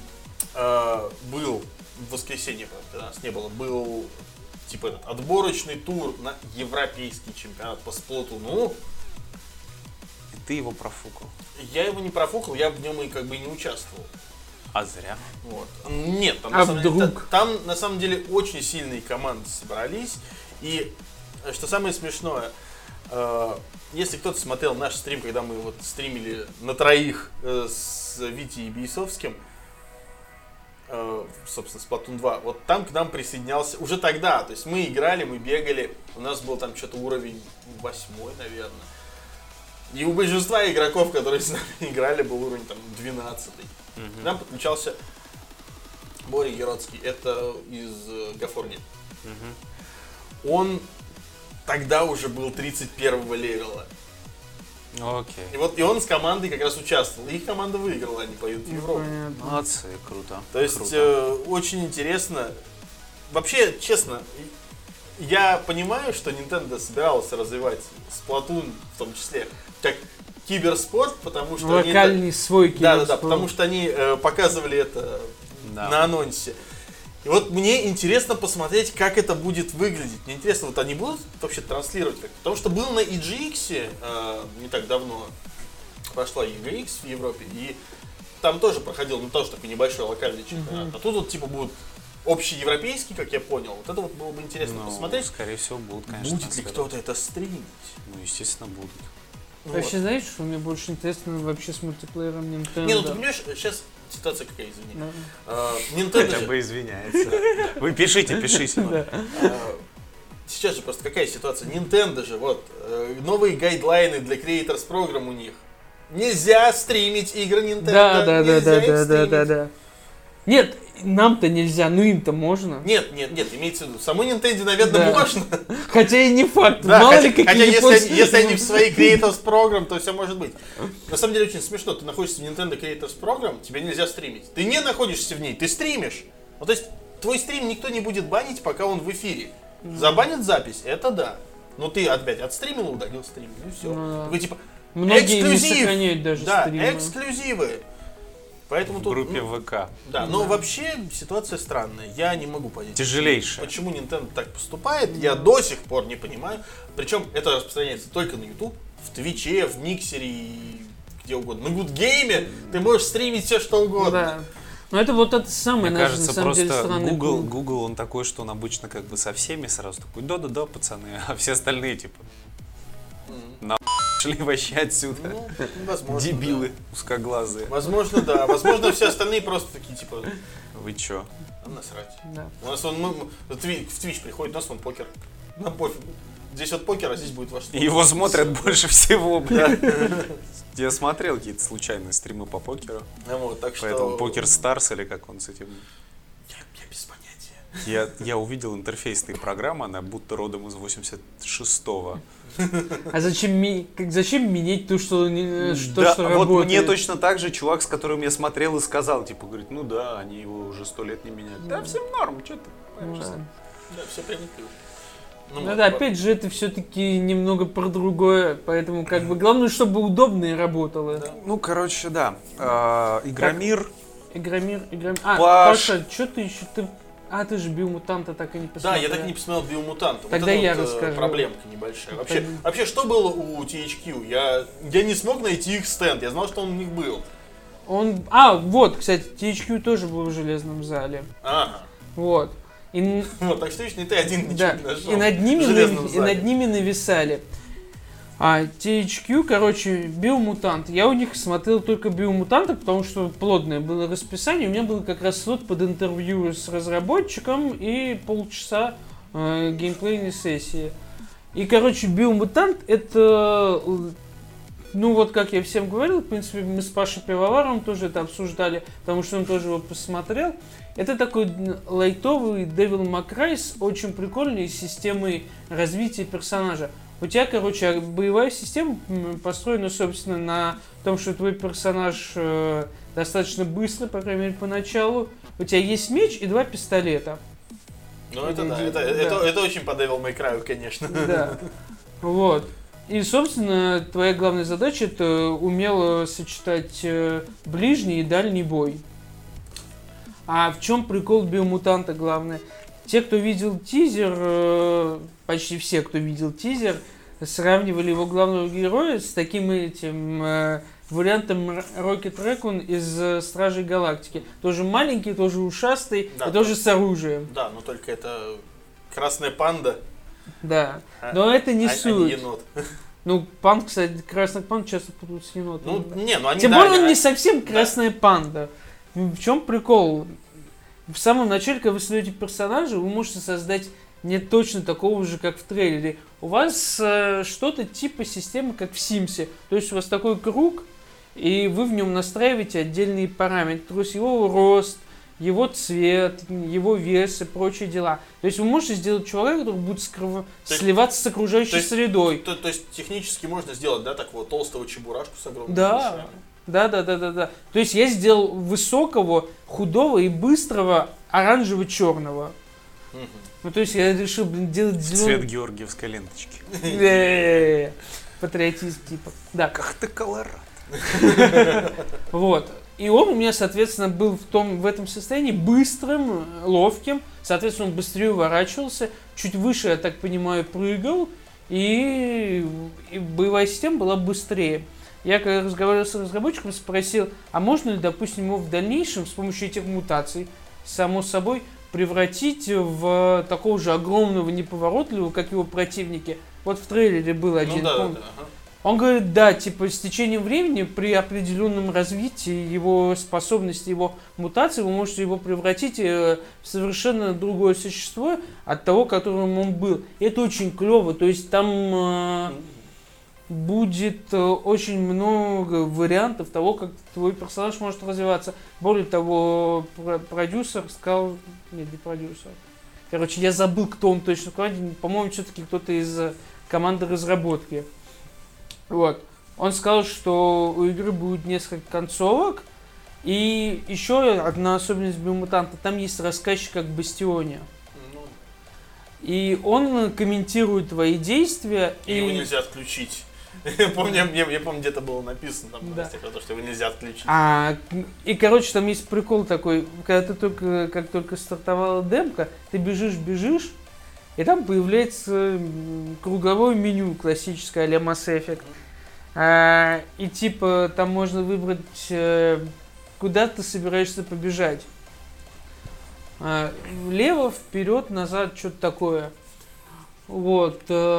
был в воскресенье, когда нас не было, был типа этот отборочный тур на европейский чемпионат по Сплатуну. И ты его профукал. Я его не профукал, я в нем и как бы не участвовал. А зря. Вот. Нет, там, А на самом деле, вдруг? там на самом деле очень сильные команды собрались. И что самое смешное, если кто-то смотрел наш стрим, когда мы вот стримили на троих с Витей и Бейсовским, собственно, Splatoon 2, вот там к нам присоединялся уже тогда, то есть мы играли, мы бегали, у нас был там что-то уровень 8, наверное. И у большинства игроков, которые с нами играли, был уровень там 12. К нам подключался Боря Яроцкий, это из Гафорги. Он тогда уже был 31-го левела. Окей. И он с командой как раз участвовал. И их команда выиграла, они поедут в Европу. Молодцы, круто. То есть очень интересно. Вообще, честно, я понимаю, что Nintendo собиралась развивать Splatoon в том числе как киберспорт, потому что локальный свой киберспорт. Да, потому что они показывали это на анонсе. И вот мне интересно посмотреть, как это будет выглядеть. Мне интересно, вот они будут вообще транслировать как-то? Потому что был на EGX не так давно, прошла EGX в Европе, и там тоже проходил, тоже такой небольшой локальный чемпионат. А тут вот типа будут общеевропейский, как я понял. Вот это вот было бы интересно посмотреть. Скорее всего, будут, конечно. Будет ли кто-то это стримить? Ну, естественно, будут. Вообще, знаешь, что мне больше интересно вообще с мультиплеером Nintendo? Не, ну ты понимаешь, сейчас ситуация какая, извини. Да. Хотя бы извиняется. Вы пишите. Сейчас же просто какая ситуация? Nintendo же, вот, новые гайдлайны для Creators Program у них. Нельзя стримить игры Nintendo. Да. Нет, нам-то нельзя, но им-то можно. Нет, имеется в виду, самой Nintendo, наверное, можно. Хотя и не факт. Да, мало ли какие хотя если они в своей Creators Program, то все может быть. На самом деле очень смешно, ты находишься в Nintendo Creators Program, тебе нельзя стримить. Ты не находишься в ней, ты стримишь. Вот, то есть твой стрим никто не будет банить, пока он в эфире. Забанят запись, это да. Но ты опять отстримил, удалил стрим, и все. Вы типа многие не сохраняют даже стримы. Эксклюзивы. Поэтому в тут, группе ВК. Да, но вообще ситуация странная. Я не могу понять. Тяжелейшая. Почему Nintendo так поступает, я до сих пор не понимаю. Причем это распространяется только на YouTube, в Твиче, в Миксере и где угодно. На Гудгейме ты можешь стримить все что угодно. Да. Но это вот это самое, мне наверное, кажется, на самом деле просто странный Google, он такой, что он обычно как бы со всеми сразу такой, да, пацаны, а все остальные типа шли вообще отсюда. Ну, возможно, дебилы, да. Узкоглазые. Возможно, да. Возможно, все остальные просто такие, типа... Вы чё? Насрать. Да. У нас в Twitch приходит, у нас вон покер. Нам пофиг. Здесь вот покер, а здесь будет ваш спорт. Его смотрят больше всего, бля. Я смотрел какие-то случайные стримы по покеру. Вот, так что... Поэтому Покер Старс или как он с этим... Я без понятия. Я увидел интерфейсные программы, она будто родом из 86-го. А зачем менять то, что Да, что вот работает? мне точно так же чувак, с которым я смотрел и сказал, типа, говорит, ну да, они его уже 100 лет не меняют. Да, всем норм, что ты паришься? Да, все привыкли. Ну да, опять же, это все-таки немного про другое, поэтому как бы главное, чтобы удобно и работало. Да. Ну, короче, да. Игромир. Игромир. Паша, что ты еще... Ты же Биомутанта так и не посмотрел. Да, я так и не посмотрел Биомутанта. Тогда вот я это расскажу. Проблемка небольшая. Вообще, что было у THQ? Я не смог найти их стенд, я знал, что он у них был. Вот, кстати, THQ тоже был в железном зале. Ага. Вот. Вот, так что видишь, не ты один ничего Да, не нашел. и над ними ними нависали. THQ, короче, Биомутант. Я у них смотрел только Биомутанта, потому что плотное было расписание. У меня был как раз слот под интервью с разработчиком и полчаса геймплейной сессии. И, короче, Биомутант это... Ну вот, как я всем говорил, в принципе, мы с Пашей Пивоваром тоже это обсуждали, потому что он тоже его посмотрел. Это такой лайтовый Devil May Cry с очень прикольной системой развития персонажа. У тебя, короче, боевая система построена, собственно, на том, что твой персонаж достаточно быстро, по крайней мере, поначалу. У тебя есть меч и 2 пистолета. Ну это да, это очень по Devil May Cry, конечно. Да, вот. И, собственно, твоя главная задача — это умело сочетать ближний и дальний бой. А в чем прикол Биомутанта главное? Те, кто видел тизер, почти все, кто видел тизер, сравнивали его главного героя с таким вариантом Rocket Raccoon из Стражей Галактики. Тоже маленький, тоже ушастый, да, и тоже с оружием. Да, но только это красная панда. Да, но это не суть. А не енот. Ну, панд, кстати, красный панд часто путают с енотом. Ну, не, ну они... Тем более он не совсем красная панда. В чем прикол? в самом начале, когда вы создаете персонажа, вы можете создать не точно такого же, как в трейлере. У вас что-то типа системы, как в Симсе. То есть у вас такой круг, и вы в нем настраиваете отдельные параметры. То есть его рост, его цвет, его вес и прочие дела. То есть вы можете сделать человека, который будет сливаться с окружающей средой. То есть технически можно сделать, да, такого толстого чебурашку с огромными Да. ушами. Да. То есть я сделал высокого, худого и быстрого оранжево-черного. Ну, то есть я решил, делать зеленый... Цвет георгиевской ленточки. Патриотизм типа. Да. Как ты колорад. Вот. И он у меня, соответственно, был в этом состоянии быстрым, ловким. Соответственно, он быстрее уворачивался. Чуть выше, я так понимаю, прыгал. И боевая система была быстрее. Я, когда разговаривал с разработчиком, спросил, а можно ли, допустим, его в дальнейшем с помощью этих мутаций, само собой, превратить в такого же огромного, неповоротливого, как его противники. Вот в трейлере был один. Ага. Он говорит, да, типа с течением времени, при определенном развитии его способности, его мутации, вы можете его превратить в совершенно другое существо от того, которым он был. И это очень клево. То есть там будет очень много вариантов того, как твой персонаж может развиваться. Более того, продюсер сказал... Нет, не продюсер. Короче, я забыл, кто он точно. По-моему, все-таки кто-то из команды разработки. Вот. Он сказал, что у игры будет несколько концовок. И еще одна особенность Биомутанта. Там есть рассказчик как в Бастионе. И он комментирует твои действия. И его нельзя отключить. Я помню, где-то было написано там, да. про то, что его нельзя отключить. И, короче, там есть прикол такой, когда ты как только стартовала демка, ты бежишь, и там появляется круговое меню классическое а-ля Mass Effect. И типа там можно выбрать, куда ты собираешься побежать. Влево, вперед, назад, что-то такое. Вот.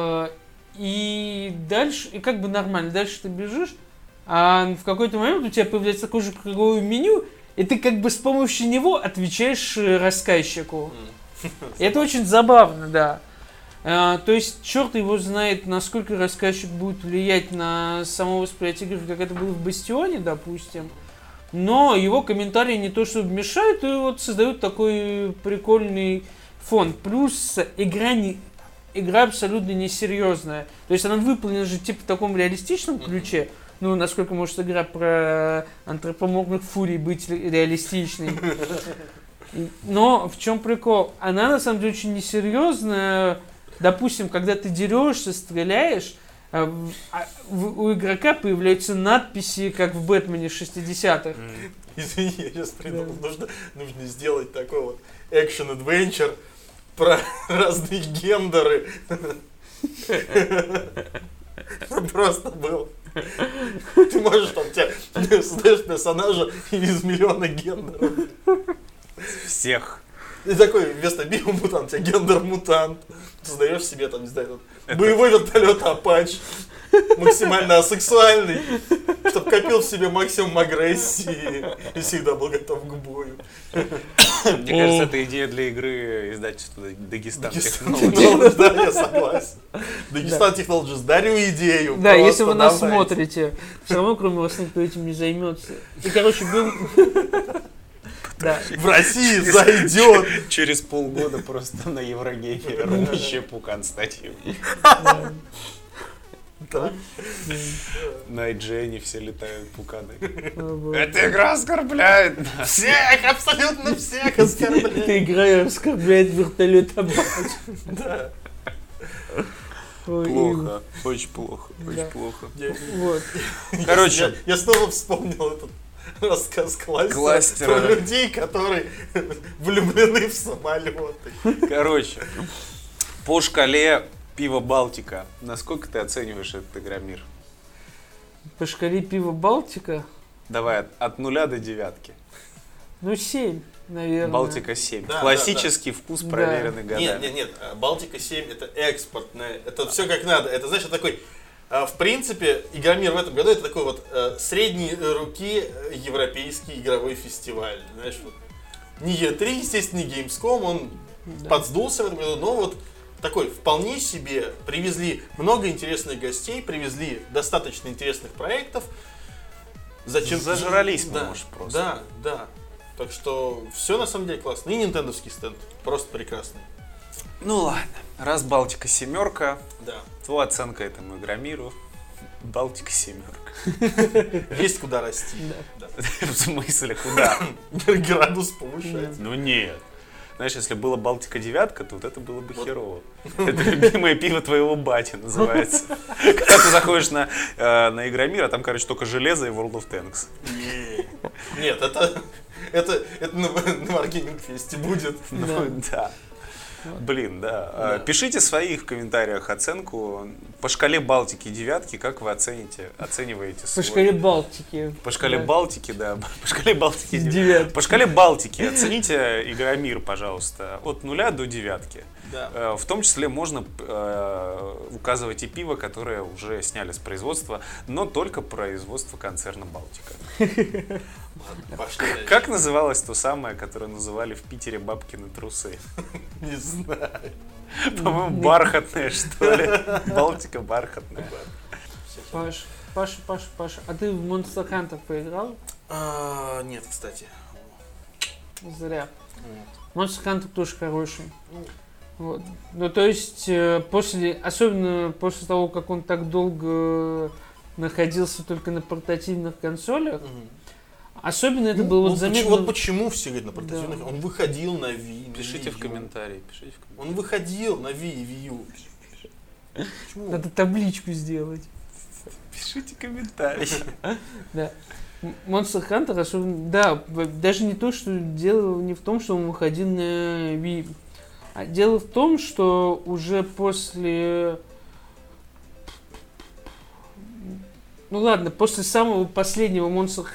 И дальше, и как бы нормально, дальше ты бежишь, а в какой-то момент у тебя появляется такое же круговое меню, и ты как бы с помощью него отвечаешь рассказчику. И это очень забавно, да. То есть, черт его знает, насколько рассказчик будет влиять на само восприятие игры, как это было в Бастионе, допустим. Но его комментарии не то чтобы мешают, и вот создают такой прикольный фон. Плюс игра абсолютно несерьезная. То есть она выполнена же типа в таком реалистичном ключе. Ну, насколько может игра про антропоморфных фурий быть реалистичной. Но в чем прикол? Она на самом деле очень несерьезная. Допустим, когда ты дерешься, стреляешь, у игрока появляются надписи, как в Бэтмене 60-х. Извини, я сейчас придумал, нужно сделать такой вот экшен-адвенчер про разные гендеры. Просто был. Ты можешь там, создаешь персонажа из миллиона гендеров. Всех. И такой, вместо биомутант, у тебя гендер-мутант. Создаешь себе там, не знаю, боевой вертолет Апач. Максимально асексуальный, чтобы копил в себе максимум агрессии и всегда был готов к бою. Мне кажется, это идея для игры издательства Дагестан Technologies. Да, я согласен. Дагестан Technologies, дарю идею. Да, если вы нас смотрите, все равно кроме вас никто этим не займется. И, короче, был... Да. В России зайдет. Через полгода просто на Еврогейме вообще пукан статью. На IGN все летают пуканы. Эта игра оскорбляет нас. Всех, абсолютно всех оскорбляет. Эта игра оскорбляет вертолет Апач. Да. Плохо, очень плохо, очень плохо. Вот. Короче. Я снова вспомнил этот рассказ кластера про людей, которые влюблены в самолеты. Короче, по шкале пива Балтика, насколько ты оцениваешь этот игромир? По шкале пива Балтика? Давай, от 0 до 9. Ну, 7, наверное. Балтика 7. Да, классический вкус, проверенный годами. Нет, Балтика 7 это экспортная, это все как надо. Это, знаешь, это такой, в принципе, Игромир в этом году это такой вот средней руки европейский игровой фестиваль. Знаешь, вот. не E3, естественно, не Gamescom, он подсдулся в этом году, но вот такой вполне себе привезли много интересных гостей, привезли достаточно интересных проектов. Зачем зажрались, да, может, просто. Да. Так что все на самом деле классно. И нинтендовский стенд просто прекрасный. Ну ладно, раз Балтика 7, Да. твоя оценка этому Игромиру. Балтика 7. Есть куда расти. Да. В смысле, куда? Градус повышается. Ну нет. Знаешь, если было Балтика 9, то вот это было бы херово. Это любимое пиво твоего бати называется. Когда ты заходишь на Игромир, а там, короче, только железо и World of Tanks. Нет, это на Wargaming Fest будет. Ну да. Блин, да. Пишите свои в комментариях оценку. По шкале Балтики 9, как вы оцениваете свой... По шкале Балтики. По шкале Балтики, да. По шкале Балтики 9. По шкале Балтики оцените Игромир, пожалуйста, от 0 до 9. Да. В том числе можно указывать и пиво, которое уже сняли с производства, но только производство концерна Балтика. Ладно, пошли дальше. Как называлось то самое, которое называли в Питере бабкины трусы? Не знаю. По-моему, бархатное, что ли? Балтика бархатная. Паша, а ты в Monster Hunter поиграл? Нет, кстати. Зря. Monster Hunter тоже хороший. Вот. Ну, то есть, особенно после того, как он так долго находился только на портативных консолях, особенно это было вот заметно... Вот почему все говорят на портативных, да. Он выходил на Wii. Пишите в комментарии. Он выходил на Wii и Wii U. Почему? Надо табличку сделать. Пишите комментарии. Да. Monster Hunter, особенно, да, даже не то, что дело не в том, что он выходил на Wii. А дело в том, что уже после... Ну ладно, после самого последнего Monster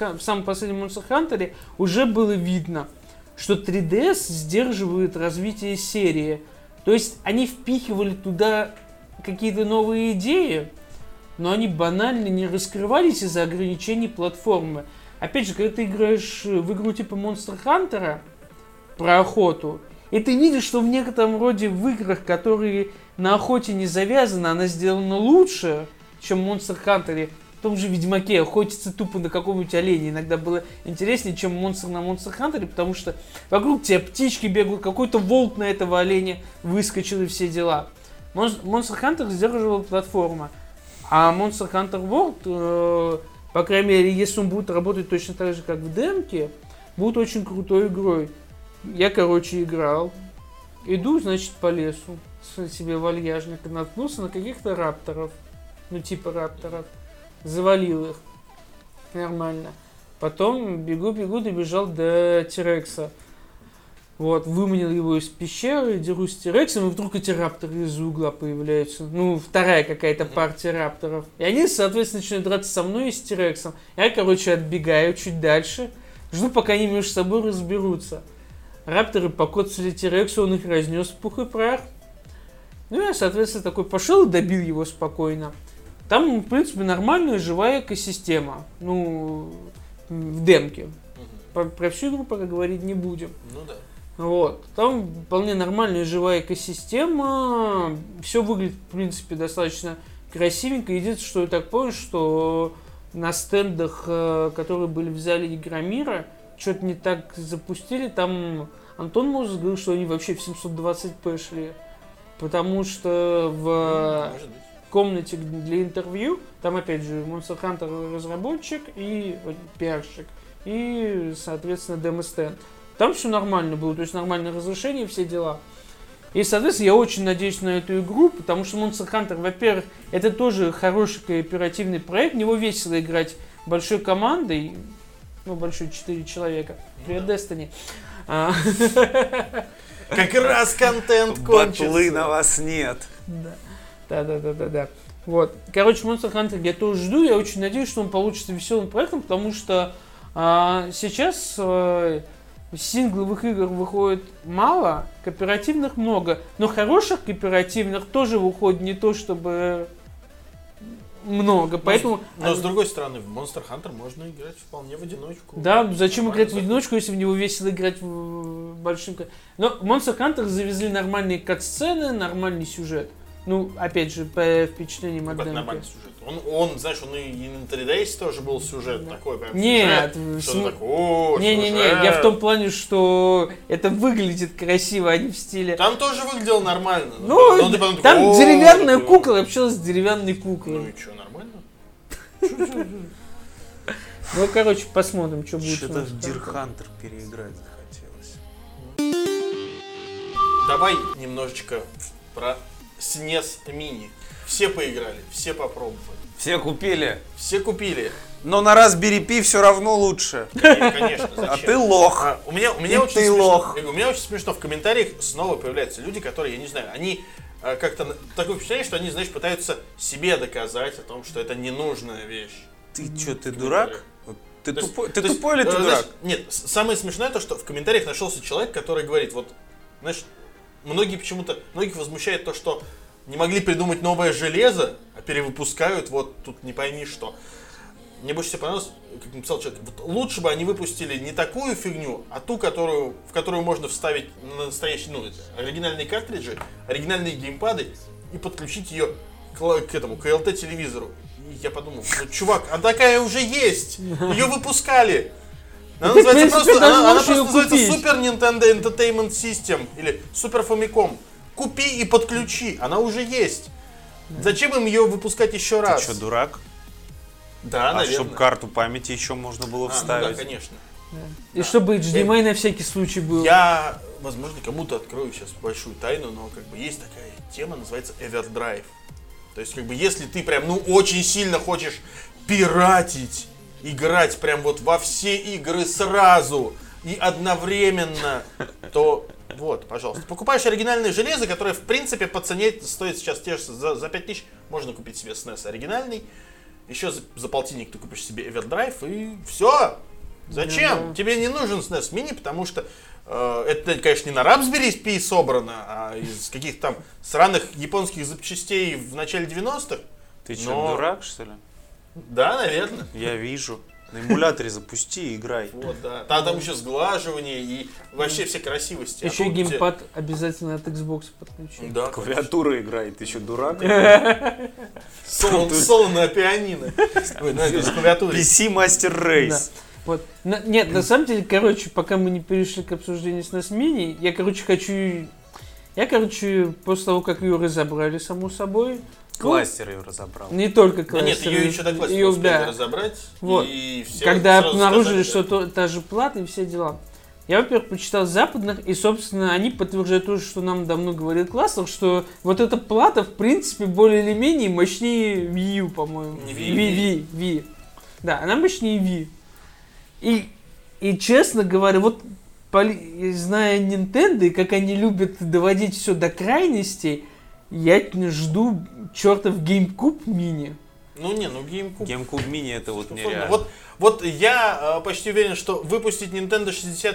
Hunter уже было видно, что 3DS сдерживает развитие серии. То есть они впихивали туда какие-то новые идеи, но они банально не раскрывались из-за ограничений платформы. Опять же, когда ты играешь в игру типа Monster Hunter про охоту, и ты видишь, что в некотором роде в играх, которые на охоте не завязаны, она сделана лучше, чем в Monster Hunter. В том же Ведьмаке охотиться тупо на какого-нибудь оленя иногда было интереснее, чем монстр на Monster Hunter, потому что вокруг тебя птички бегают, какой-то волк на этого оленя выскочил и все дела. Monster Hunter сдерживала платформа, а Monster Hunter World, по крайней мере, если он будет работать точно так же, как в демке, будет очень крутой игрой. Я, играл, иду, значит, по лесу, себе вальяжник, наткнулся на каких-то рапторов, типа рапторов. Завалил их. Нормально. Потом бегу, добежал до Тирекса. Вот, выманил его из пещеры, дерусь с Тирексом, и вдруг эти рапторы из угла появляются. Вторая какая-то партия рапторов. И они, соответственно, начинают драться со мной и с Тирексом. Я, отбегаю чуть дальше, жду, пока они между собой разберутся. Рапторы покоцали Тирексу, он их разнес в пух и прах. Я, соответственно, такой пошел и добил его спокойно. Там, в принципе, нормальная живая экосистема. В демке. Про всю игру пока говорить не будем. Ну да. Вот. Там вполне нормальная живая экосистема. Все выглядит, в принципе, достаточно красивенько. Единственное, что я так понял, что на стендах, которые были в зале Игромира, что-то не так запустили. Там Антон Мозес говорил, что они вообще в 720p шли. Потому что в комнате для интервью, там опять же Monster Hunter разработчик и пиарщик, и, соответственно, демо-стенд. Там все нормально было, то есть нормальное разрешение, все дела. И, соответственно, я очень надеюсь на эту игру, потому что Monster Hunter, во-первых, это тоже хороший кооперативный проект, в него весело играть большой командой, большой 4 человека. Привет, Destiny. Как раз контент кончится. Батлы на вас нет. Да. Вот. Monster Hunter я тоже жду, я очень надеюсь, что он получится веселым проектом, потому что сейчас сингловых игр выходит мало, кооперативных много, но хороших кооперативных тоже выходит не то, чтобы много, поэтому... Но с другой стороны, в Monster Hunter можно играть вполне в одиночку. Да, зачем Нормально играть в одиночку, если в него весело играть в большим... Но в Monster Hunter завезли нормальные кат-сцены, нормальный сюжет. Ну, опять же, по впечатлениям от Это демки. нормальный сюжет. Он, знаешь, он и на 3DS тоже был сюжет такой, прям Нет, сюжет, что-то такое, не-не-не, сюжет. я в том плане, что это выглядит красиво, а не в стиле... Там тоже выглядело нормально. Ну, ты потом такой, там «О, деревянная такой». кукла общалась с деревянной Ну куклой. и что, нормально? Ну, короче, посмотрим, что будет. Что-то у в нас. Deer Hunter переиграть захотелось. Давай немножечко про SNES Mini. Все поиграли, все попробовали, Все купили. все купили. Но на Raspberry Pi все равно лучше. Конечно, зачем? А ты лох. У меня И очень ты смешно. лох. У меня очень смешно. В комментариях снова появляются люди, которые, я не знаю, они как-то такое впечатление, что они, знаешь, пытаются себе доказать о том, что это ненужная вещь. Ты что, ты дурак? Вот Ты То есть- тупой, ты то есть, тупой или ты знаешь, дурак? Нет, самое смешное то, что в комментариях нашелся человек, который говорит, вот, знаешь, многих возмущает то, что не могли придумать новое железо, а перевыпускают вот тут не пойми что. Мне больше всего понравилось, как написал человек, вот лучше бы они выпустили не такую фигню, а ту, в которую можно вставить настоящие, оригинальные картриджи, оригинальные геймпады и подключить ее к этому, к LT-телевизору. И я подумал, ну, чувак, а такая уже есть, ее выпускали. Она Ты, в называется принципе, просто, даже она можешь просто её называется купить. Super Nintendo Entertainment System или Super Famicom. Купи и подключи, она уже есть. Зачем им ее выпускать еще Ты раз? что, дурак? Да, А наверное. чтобы карту памяти еще можно было Ну да, вставить. конечно. И чтобы HDMI на всякий случай был. Я, возможно, кому-то открою сейчас большую тайну, но как бы есть такая тема, называется Everdrive. То есть, как бы, если ты прям, очень сильно хочешь пиратить, играть прям вот во все игры сразу и одновременно, то вот, пожалуйста. Покупаешь оригинальное железо, которое, в принципе, по цене стоит сейчас те же за 5000. Можно купить себе SNES оригинальный. Еще за полтинник ты купишь себе Everdrive и все. Зачем? Да. Тебе не нужен SNES Mini, потому что это, конечно, не на Raspberry Pi собрано, а из каких-то там сраных японских запчастей в начале 90-х. Ты что, Но- дурак, что ли? Да, наверное. Я вижу. На эмуляторе запусти и играй. Вот, да. Там еще сглаживание и вообще все красивости. Еще А и тут тебе- геймпад обязательно от Xbox подключить. Да, Клавиатура играет, ты что, дурак? соло на пианино. Ой, ну это без клавиатуры. PC Master Race. Вот. Нет, на самом деле, пока мы не перешли к обсуждению SNES Mini, я, после того, как ее разобрали, само собой, Кластер ее разобрал. не только Да нет, кластер, ее еще до классика её, успели да. разобрать. Вот. И все Когда сразу обнаружили, сказали, что та же плата и все дела. Я, во-первых, почитал западных, и, собственно, они подтверждают то, что нам давно говорил Кластер, что вот эта плата, в принципе, более или менее мощнее Wii U, по-моему. Не Wii, Wii. Да, она мощнее Wii. И честно говоря, вот зная Nintendo, и как они любят доводить все до крайностей, я жду чертов GameCube мини. GameCube. GameCube Mini это вот Условно. нереально. Вот я почти уверен, что выпустить Nintendo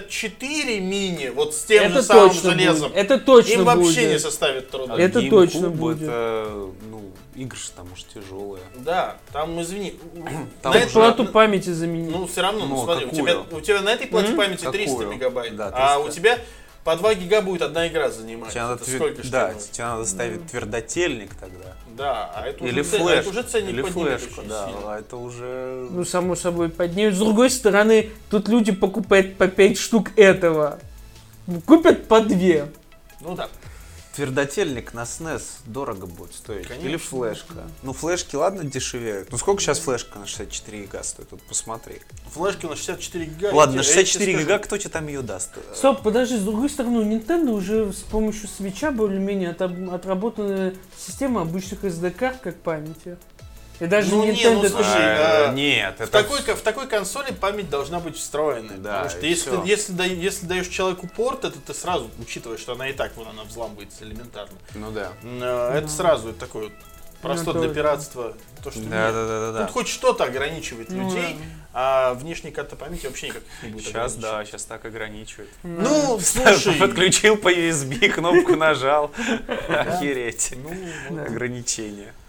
64 мини вот с тем же самым железом, будет. Это точно им вообще будет. не составит труда. А Это GameCube точно будет. Это, игры же там уж тяжелые. Да, там, извини, Там на уже- это- Плату памяти заменить. все равно, Ну, смотри, какую? у тебя на этой плате памяти 300 Какую? мегабайт, Да, а 300. у тебя по 2 гига будет одна игра занимать. Тебе надо, Это сколько ж да, тебе нужно? тебе надо ставить твердотельник тогда. Да, а это Или уже, флешку. это уже ценник Или поднимет флешку, очень да. сильно. А это уже... Ну, само собой, поднимут. С другой стороны, тут люди покупают по 5 штук этого. Купят по 2. Ну да. Твердотельник на SNES дорого будет стоить. Конечно. Или флешка. Ну, флешки, ладно, дешевеют. Ну, сколько сейчас флешка на 64 гига стоит? Вот посмотри. Флешки на 64 гига. Ладно, на я тебе 64 скажу. гига кто тебе там ее даст? Стоп, подожди, с другой стороны, у Nintendo уже с помощью свитча более-менее отработана система обычных SD-карт как памяти. И даже Ну, не, Nintendo... ну, слушай, Нет, В это... в такой консоли память должна быть встроенной. Да, потому что и всё. если даешь человеку порт, это ты сразу учитываешь, что она и так она взламывается элементарно. Ну да. Это сразу это такое вот просто Ну, для тоже. пиратства. То, что нет. Да. Тут хоть что-то ограничивает Ну, людей, а внешней карты памяти вообще никак не будет Сейчас, ограничивать. да, сейчас так ограничивает. Ну, слушай. Подключил по USB, кнопку нажал. Охереть. Ну, вот. Да. Ограничения.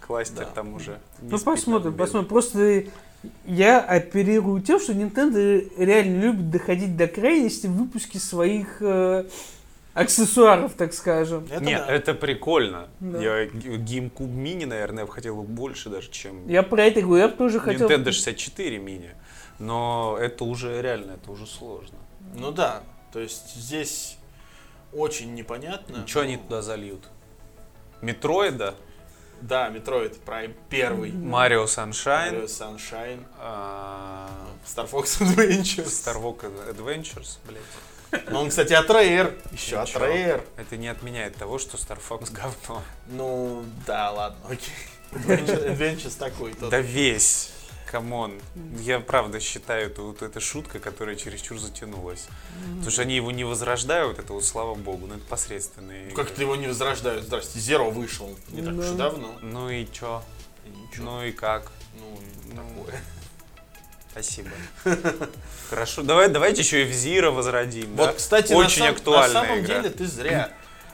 кластер Да. там уже. не Ну спит посмотрим, нормально. посмотрим. Просто я оперирую тем, что Nintendo реально любит доходить до крайности в выпуске своих аксессуаров, так скажем. Это Нет, да. это прикольно. Да. Я GameCube Mini, наверное, я бы хотел больше даже, чем Я про это говорю, я бы тоже хотел... Nintendo 64 Mini. Но это уже реально, это уже сложно. Ну да, то есть здесь очень непонятно. Что они туда зальют? Метроида, Да, Metroid Prime 1, Mario Sunshine, Mario Sunshine, а, Star Fox Adventures. Star Fox Adventures, блядь. Ну, он, кстати, от Rare. Еще от Ничего. Rare. Это не отменяет того, что Star Fox говно. Ну, да, ладно, окей. Adventures такой. тот. Да весь. Камон. Я правда считаю, это вот эта шутка, которая чересчур затянулась. Потому что они его не возрождают, это вот слава богу, но это посредственные. Ну, как-то его не возрождают. Здрасте, Zero вышел не так уж и Да. давно. Ну и чё? И ничего. Ну и как? Ну, Ну, такое. Спасибо. Хорошо, давайте еще и F-Zero возродим. Вот, да? кстати, Очень на актуальная самом игра. деле ты зря.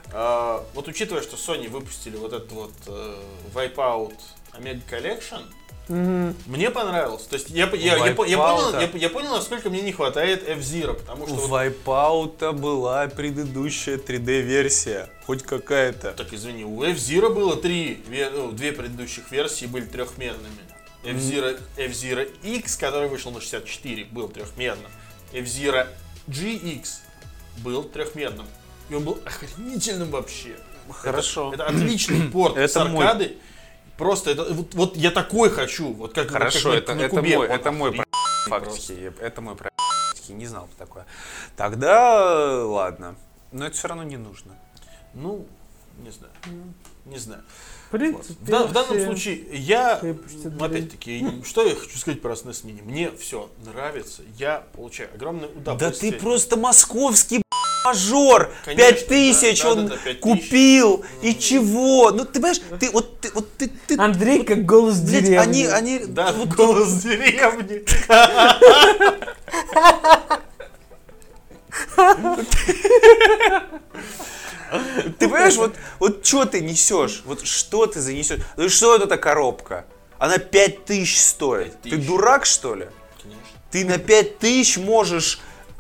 Вот учитывая, что Sony выпустили вот этот вот Wipeout Omega Collection, Мгм. мне понравилось. То есть я понял, насколько мне не хватает F-Zero, потому что У вот, Wipeout была предыдущая 3D-версия. Хоть какая-то. так извини, у F-Zero было две предыдущих версии были трехмерными. F-Zero X, который вышел на 64, был трехмерным. F-Zero GX был трехмерным. И он был охренительным вообще. Хорошо. Это отличный порт Это с аркадой. Просто это вот я такой хочу, вот как Хорошо, вот как это Кубе. мой, Вот это мой охренительный фактически. Это мой фактически. Не знал такое. Тогда ладно. Но это все равно не нужно. Ну, не знаю. Не знаю. В принципе, В данном все- случае я, крепости опять-таки, что я хочу сказать про SNES Mini. Мне все нравится, я получаю огромное удовольствие. просто московский мажор. Конечно, 5000 да, он да, 5000. купил. И чего? Ну ты понимаешь, ты Андрей как голос блядь, деревни. они Да, вот голос деревни. ты понимаешь, вот что ты несешь? Вот что ты занесешь? Ну что это коробка? Она 5000 стоит. 5000. Ты дурак, что ли? Конечно. Ты на 5000 можешь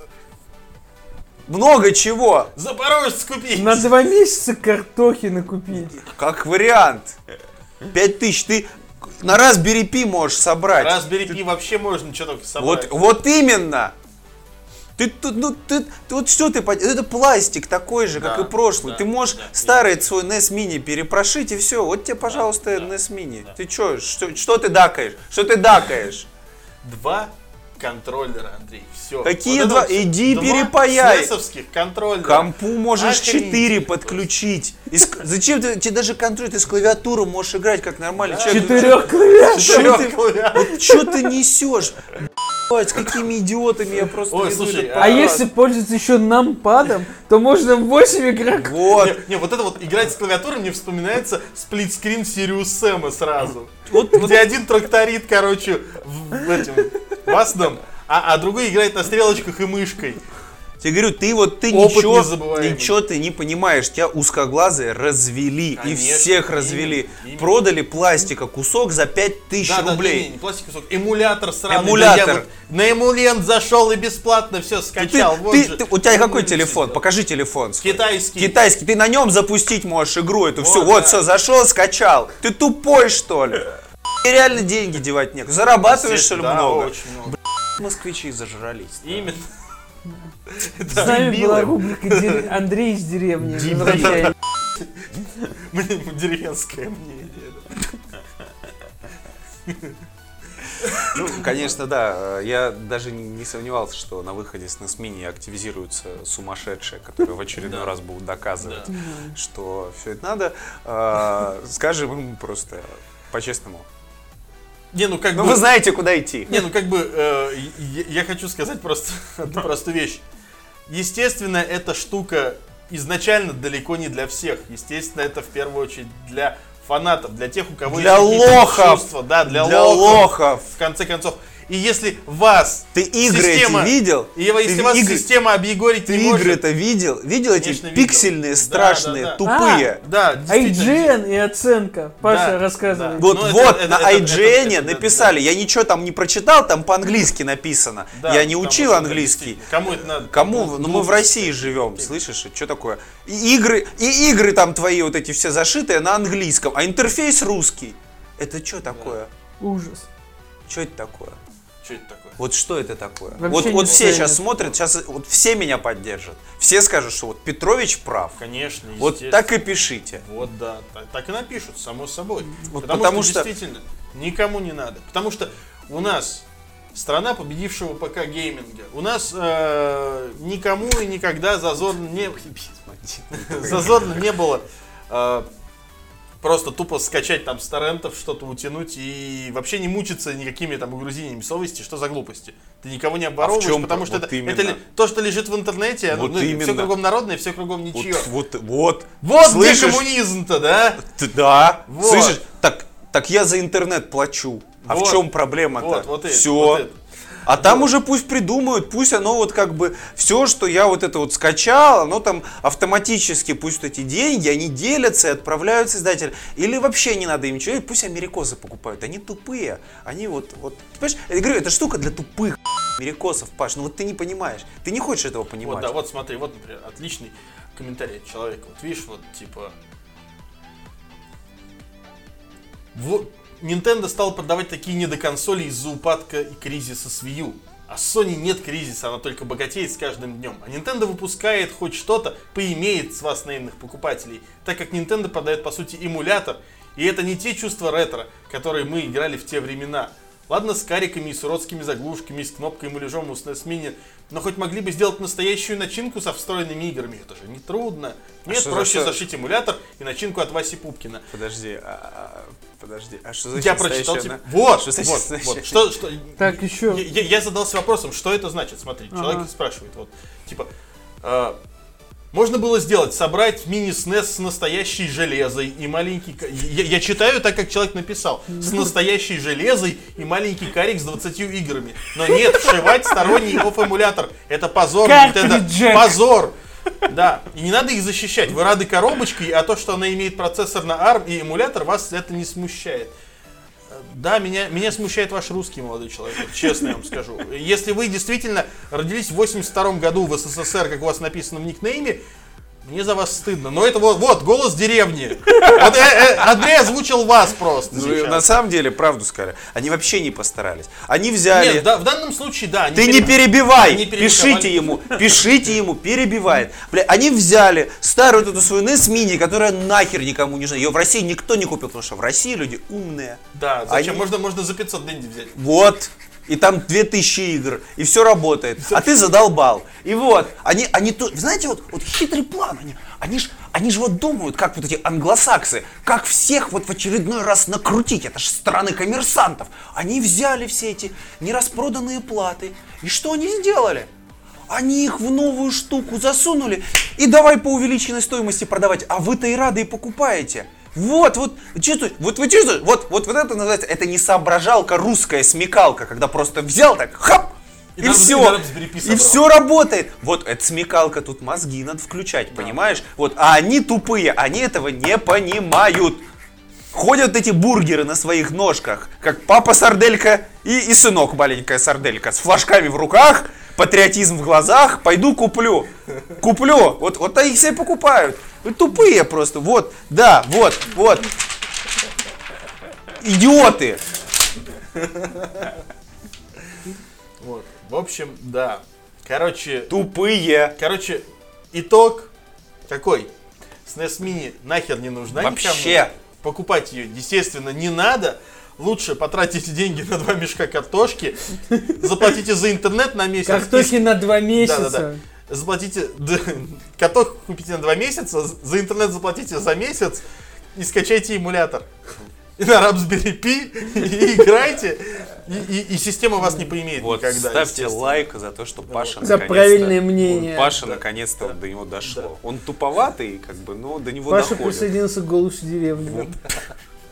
много чего. Запорожец купить. На 2 месяца картохи накупить. Как вариант. 5000 ты на Raspberry Pi можешь собрать. Raspberry Pi вообще можно что только собрать. Вот именно. Ты вот что ты, это пластик такой же, как Да, и прошлый. да, ты можешь да, старый свой NES Mini перепрошить и все. Вот тебе, пожалуйста, да, NES Mini. да. Ты что ты дакаешь? Что ты дакаешь? 2 контроллера, Андрей. Все. Какие два? Иди перепаяй. СНЕСовских контроллера. Компу можешь Охренеть 4 просто. подключить. Зачем тебе даже контроль? Ты с клавиатуры можешь играть как нормальный Да. человек. 4 клавиатур. Четырёх клавиатур. Вот что ты несешь? Блядь, с какими идиотами я просто Ой, веду слушай, этот А аппарат. если пользоваться еще нампадом, то можно 8 игроков. Вот. Не, вот это вот играть с клавиатурой мне вспоминается сплитскрин Сириус Сэма сразу. Вот, Где один тракторит, короче, в Асдом, а другой играет на стрелочках и мышкой. Я говорю, ты Опыт незабываемый. ничего ты не понимаешь, тебя узкоглазые развели, и Конечно, всех развели. именно. Продали пластика кусок за 5000 Да, рублей. не пластиковый кусок, эмулятор сразу. Эмулятор. Я вот на эмулент зашел и бесплатно все скачал. Вот же. У тебя какой Эмулятор телефон? всегда. Покажи телефон. свой. Китайский. Китайский. Ты на нем запустить можешь игру эту. Вот, Все, вот да. все, зашел, скачал. Ты тупой, что ли? И реально деньги девать некуда. Зарабатываешь, что ли, Да, много? очень много. Москвичи зажрались. Именно. С нами дебилы. была рубрика Андрей из деревни. Возвращаемся. Деревенское мнение. Ну, конечно, да. Я даже не сомневался, что на выходе с NES Mini активизируются сумасшедшие, которые в очередной Да. раз будут доказывать, Да. что все это надо. Скажем им просто по-честному. Не, ну как Ну, бы... вы знаете, куда идти. Не, ну как бы я хочу сказать просто одну простую вещь. Естественно, эта штука изначально далеко не для всех. Естественно, это в первую очередь для фанатов, для тех, у кого Для есть какие-то лохов! чувства. Да, для Для лохов. лохов! В конце концов. И если вас Ты игры система... эти видел? И если вас система объегорить Ты не может... игры-то видел? Видел эти Конечно, видел. пиксельные, страшные, Да. тупые? Да, действительно. IGN и оценка. Паша Да, рассказывает. да. Вот, Ну, вот, это- на это- IGN это- написали. Я ничего там не прочитал, там по-английски написано. Да, Я не потому учил что, английский. Кому это надо? Кому? Ну мы в России живем, слышишь? Что такое? И игры там твои вот эти все зашитые на английском, а интерфейс русский. Это что такое? Ужас. Что это такое? Что это такое? Вот что это такое? Вообще Вот не все ценят. сейчас смотрят, сейчас вот все меня поддержат. Все скажут, что вот Петрович прав. Конечно, Вот естественно. так и пишите. Вот да, так и напишут, само собой. Вот потому что- что действительно никому не надо. Потому что у нас страна победившего ПК гейминга. У нас никому и никогда зазорно не было просто тупо скачать там с торрентов, что-то утянуть и вообще не мучиться никакими там угрызениями совести, что за глупости. Ты никого не обворовываешь, чем потому что вот это именно? то, что лежит в интернете, Вот все именно. кругом народное, все кругом ничье. Вот. Вот Слышишь? где коммунизм-то, да? Да. Вот. Слышишь? Так я за интернет плачу. А Вот. в чем проблема-то? Вот это, Все. вот это. А там уже пусть придумают, пусть оно вот как бы все, что я вот это вот скачал, оно там автоматически, пусть вот эти деньги, они делятся и отправляются издателю. Или вообще не надо им ничего, и пусть америкосы покупают, они тупые. Они вот, понимаешь, я говорю, это штука для тупых америкосов, Паш, ну вот ты не понимаешь, ты не хочешь этого понимать. Вот, да, вот смотри, вот, например, отличный комментарий от человека. Вот видишь, вот типа... Вот, Nintendo стал продавать такие недоконсоли из-за упадка и кризиса с Wii U. А с Sony нет кризиса, она только богатеет с каждым днем. А Nintendo выпускает хоть что-то, поимеет с вас наивных покупателей, так как Nintendo продает по сути эмулятор, и это не те чувства ретро, которые мы играли в те времена. Ладно, с кариками и с уродскими заглушками, и с кнопкой и муляжом у SNES Mini, но хоть могли бы сделать настоящую начинку со встроенными играми. Это же не трудно. Нет, что проще за- зашить эмулятор и начинку от Васи Пупкина. Подожди, а что за Я прочитал тебе. настоящая- Вот, что значит вот, настоящая? вот. Что, Так, еще. я задался вопросом, что это значит. Смотри, человек Ага. спрашивает, вот, типа, можно было сделать, собрать мини-снес с настоящей железой и маленький... Я читаю так, как человек написал. С настоящей железой и маленький карик с 20 играми. Но нет, вшивать сторонний офф-эмулятор. Это позор, Nintendo. Картридж-джек. Позор! Да, и не надо их защищать. Вы рады коробочкой, а то, что она имеет процессор на ARM и эмулятор, вас это не смущает. Да, меня смущает ваш русский, молодой человек, вот честно я вам скажу. Если вы действительно родились в 82 году в СССР, как у вас написано в никнейме, мне за вас стыдно. Но это вот голос деревни. Вот Андрей озвучил вас просто Ну, сейчас. на самом деле, правду сказали, они вообще не постарались. Они взяли... Нет, да, в данном случае, да. Ты не перебивай! Они перебивали. Пишите ему, перебивает. Бля, они взяли старую вот эту свою NES Mini, которая нахер никому не нужна. Ее в России никто не купил, потому что в России люди умные. Да, зачем? Они- Можно за 500 денег взять. Вот. И там 2000 игр, и все работает. А ты задолбал. И вот, они тут, знаете, вот хитрый план. Они ж вот думают, как вот эти англосаксы, как всех вот в очередной раз накрутить. Это ж страны коммерсантов. Они взяли все эти нераспроданные платы. И что они сделали? Они их в новую штуку засунули и давай по увеличенной стоимости продавать. А вы-то и рады и покупаете. Вот, чувствуете, вот вы чувствуете, вот это называется, это не соображалка, русская смекалка, когда просто взял так, хап, и все, и все работает. Вот это смекалка, тут мозги надо включать, понимаешь? Вот, а они тупые, они этого не понимают. Ходят эти бургеры на своих ножках, как папа сарделька и сынок маленькая сарделька, с флажками в руках, патриотизм в глазах, пойду куплю. Вот их все покупают. Вы тупые просто, вот. Идиоты. Вот. В общем, да. Короче, итог какой? SNES Mini нахер не нужна Вообще. никому. Покупать ее, естественно, не надо. Лучше потратите деньги на 2 мешка картошки, заплатите за интернет на месяц. Картохи на 2 месяца. Да. Заплатите, каток купите на 2 месяца, за интернет заплатите за месяц и скачайте эмулятор. И на Raspberry Pi и играйте, и система вас не поимеет Вот, никогда. ставьте лайк за то, что Паша За наконец-то- правильное мнение. Паша наконец-то до него дошло. Он туповатый, как бы, но до него Паша доходит. присоединился к голосу деревни.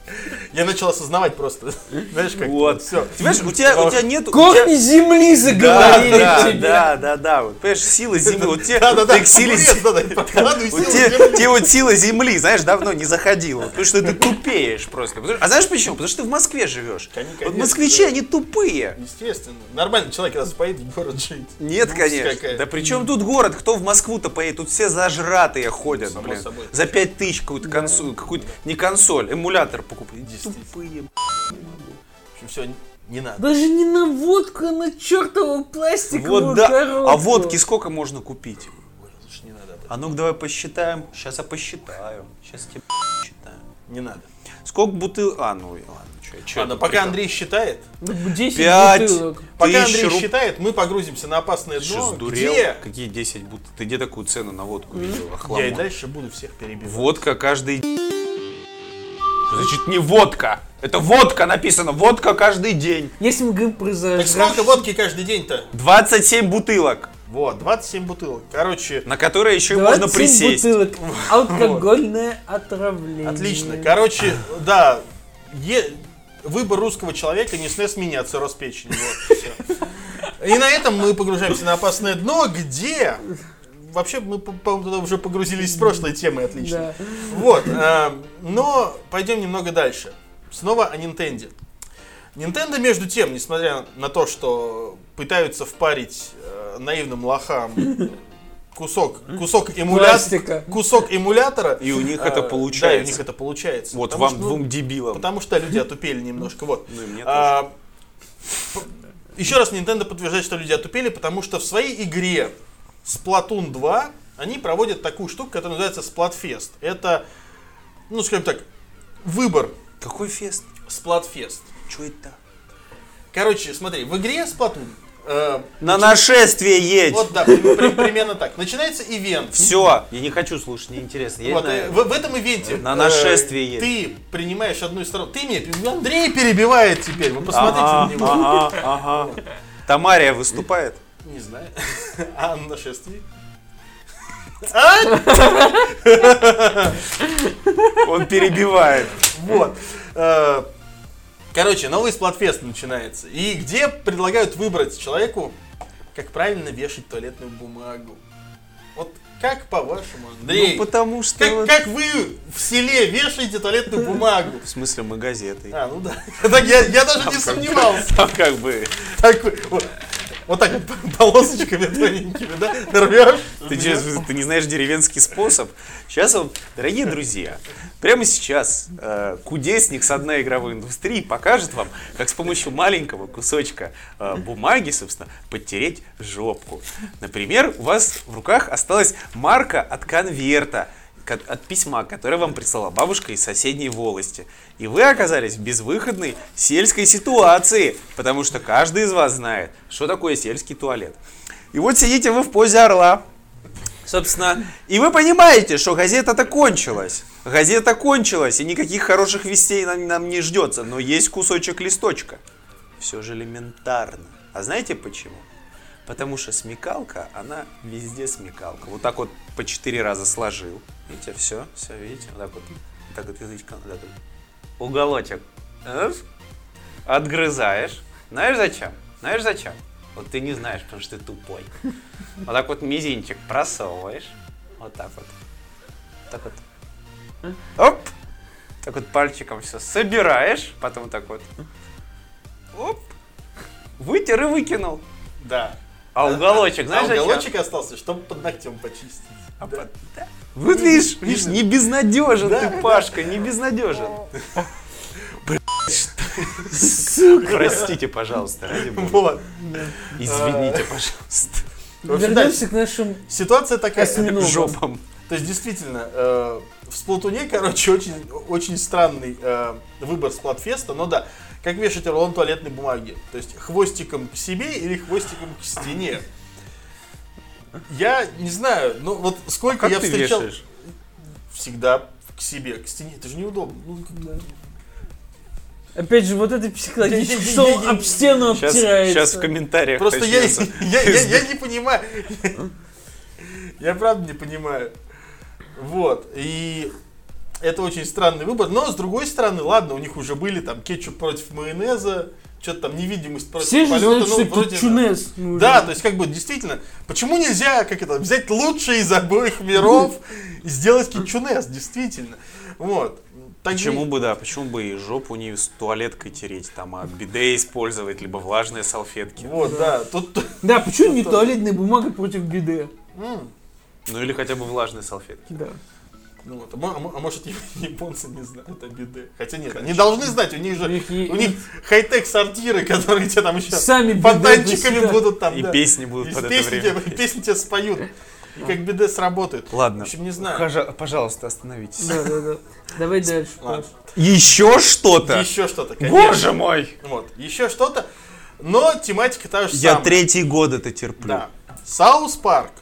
Я начал осознавать просто. Знаешь, как Вот. все. Понимаешь, у тебя нет... Кухни земли заговорили тебе. Да. Вот, понимаешь, сила земли. Вот тебе Да-да-да, ты к силе тебе вот сила земли, знаешь, давно не заходила. Потому что ты тупеешь просто. А знаешь почему? Потому что ты в Москве живешь. Вот москвичи, они тупые. Естественно. Нормальный человек раз поедет в город жить. Нет, конечно. Да при чем тут город? Кто в Москву-то поедет? Тут все зажратые ходят, Само блин. собой. За 5000 какую-то консоль, не консоль, эмулятор покупать. Действительно. Тупые. В общем, все, не надо. Даже не на водку, а на чертову пластиковую Вот да. коробку. А водки сколько можно купить? Ой, лучше не надо. А ну-ка давай посчитаем. Сейчас я посчитаю. Сейчас я тебе посчитаю. Не надо. Сколько бутылок? Ну ладно, что Ладно, пока Андрей считает, 10 5 бутылок. пока тысяч Андрей считает, мы погрузимся на опасное Что, дно, сдурел? где Какие 10 бутылок? Ты где такую цену на водку видел? я и Охламон. дальше буду всех перебивать. Водка каждый... Значит, не водка. Это водка написано. Водка каждый день. Если мы говорим про Так зажравшись- сколько водки каждый день-то? 27 бутылок. Вот, 27 бутылок. Короче, На которые еще и можно 27 присесть. бутылок. Алкогольное отравление. отлично. Короче, да, выбор русского человека не снес меня, цирроз печени. Вот, всё. И на этом мы погружаемся на опасное дно, где... Вообще, мы, по-моему, туда уже погрузились с прошлой темы, отлично. Да. Вот, но пойдем немного дальше. Снова о Nintendo. Nintendo, между тем, несмотря на то, что пытаются впарить наивным лохам кусок Пластика. эмулятора. И у них это Да, и у получается. них это получается. Вот Потому вам, что, двум дебилам. Потому что люди отупели немножко. Вот. Ну и мне Еще раз Nintendo подтверждает, что люди отупели, потому что в своей игре Splatoon 2 они проводят такую штуку, которая называется Splatfest. Это, ну, скажем так, выбор Какой фест? Splatfest. Что это? Короче, смотри, в игре Splatoon На нашествие едь! вот, да, примерно так. Начинается ивент. Все, я не хочу слушать, неинтересно. Я Вот, знаю. в этом ивенте На нашествие едет. ты принимаешь одну из сторон. Ты меня, Андрей перебивает теперь. Вы посмотрите на него. Ага. Тамария выступает? Не знаю. А на нашествии? Он перебивает. Вот. Короче, новый Splatfest начинается. И где предлагают выбрать человеку, как правильно вешать туалетную бумагу. Вот как по-вашему, Андрей? Ну потому что... Как вы в селе вешаете туалетную бумагу? В смысле мы газетой. А, ну да. Так я даже не сомневался. Там как бы... Так, вот так вот полосочками тоненькими, да? Рвешь. Ты не знаешь деревенский способ? Сейчас вам, дорогие друзья, прямо сейчас кудесник с одной игровой индустрии покажет вам, как с помощью маленького кусочка бумаги, собственно, подтереть жопку. Например, у вас в руках осталась марка от конверта, от письма, которое вам прислала бабушка из соседней волости. И вы оказались в безвыходной сельской ситуации, потому что каждый из вас знает, что такое сельский туалет. И вот сидите вы в позе орла, собственно, и вы понимаете, что газета-то кончилась. Газета кончилась, и никаких хороших вестей нам не ждется, но есть кусочек листочка. Все же элементарно. А знаете почему? Потому что смекалка, она везде смекалка. Вот так вот по 4 раза сложил. Видите, все, видите, вот так вот язычком, вот так вот. Уголочек отгрызаешь. Знаешь зачем? Вот ты не знаешь, потому что ты тупой. Вот так вот мизинчик просовываешь. Вот так вот. Так вот. Оп! Так вот пальчиком все собираешь. Потом так вот. Оп! Вытер и выкинул. Да. А уголочек, знаешь зачем? уголочек остался, чтобы под ногтем почистить. Да. Вот видишь, не безнадежен Да, ты, Пашка, не безнадежен. Простите, пожалуйста, ради бога. Вот. Извините, пожалуйста. В общем, Вернемся к нашим ситуация такая. осьминогам. Жопам. То есть, действительно, в Сплатуне, короче, очень странный выбор Сплатфеста, но да, как вешать рулон туалетной бумаги. То есть, хвостиком к себе или хвостиком к стене. Я не знаю, ну вот сколько я встречал... Вешаешь? Всегда к себе, к стене, это же неудобно. Ну, Опять же, вот это психологически, что он об стену обтирается. Сейчас в комментариях просто я начнется. не понимаю. Я правда не понимаю. Вот, и это очень странный выбор. Но, с другой стороны, ладно, у них уже были там кетчуп против майонеза, что-то там невидимость против Все же полета. знают, что это чунес. Да, то есть, как бы, действительно, почему нельзя, взять лучшее из обоих миров и сделать кетчунес, действительно. Вот. Почему бы и жопу не с туалеткой тереть, там, а биде использовать, либо влажные салфетки. Вот, да. Да, почему не туалетная бумага против биде? Ну или хотя бы влажные салфетки. Да. Ну, вот. А может, японцы не знают о биде? Хотя нет, они должны знать, у них хай-тек сортиры, которые тебе там еще сами фонтанчиками будут там. И песни будут под это время. Песни тебе споют. И как биде сработает. Ладно. В общем, не знаю. Пожалуйста, остановитесь. Да. Давай дальше, Паш. Еще что-то? Еще что-то, конечно. Боже мой! Вот, еще что-то. Но тематика та же Я самая. 3-й год это терплю. Да. Саус Парк.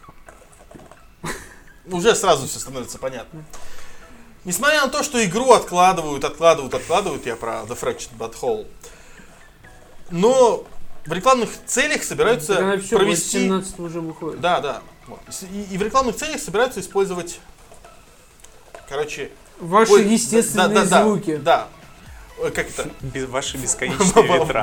Уже сразу все становится понятно. Несмотря на то, что игру откладывают, я про The Fractured But Whole, но в рекламных целях собираются провести... 18 уже выходит. Да. Вот. И в рекламных целях собираются использовать, ваши естественные звуки. Да. Как это? Ваши бесконечные ветра.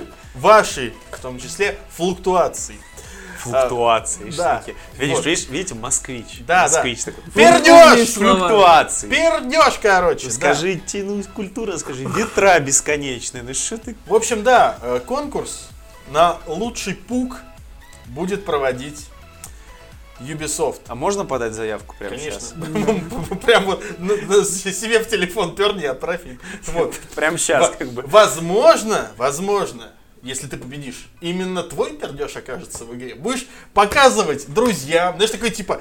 Ваши, в том числе, флуктуации. Флуктуации. Да. Видите, москвич. Да. Москвич такой. Пердеж! Флуктуации. Пердеж, короче. Скажите, культура, скажи, ветра бесконечные, ну что ты... В общем, да, конкурс на лучший пук будет проводить Ubisoft. А можно подать заявку прямо Конечно. сейчас? Прям вот себе в телефон перни и отправь. Вот. Прямо сейчас, как бы. Возможно, если ты победишь, именно твой пердеж окажется в игре. Будешь показывать друзьям, знаешь, такой типа,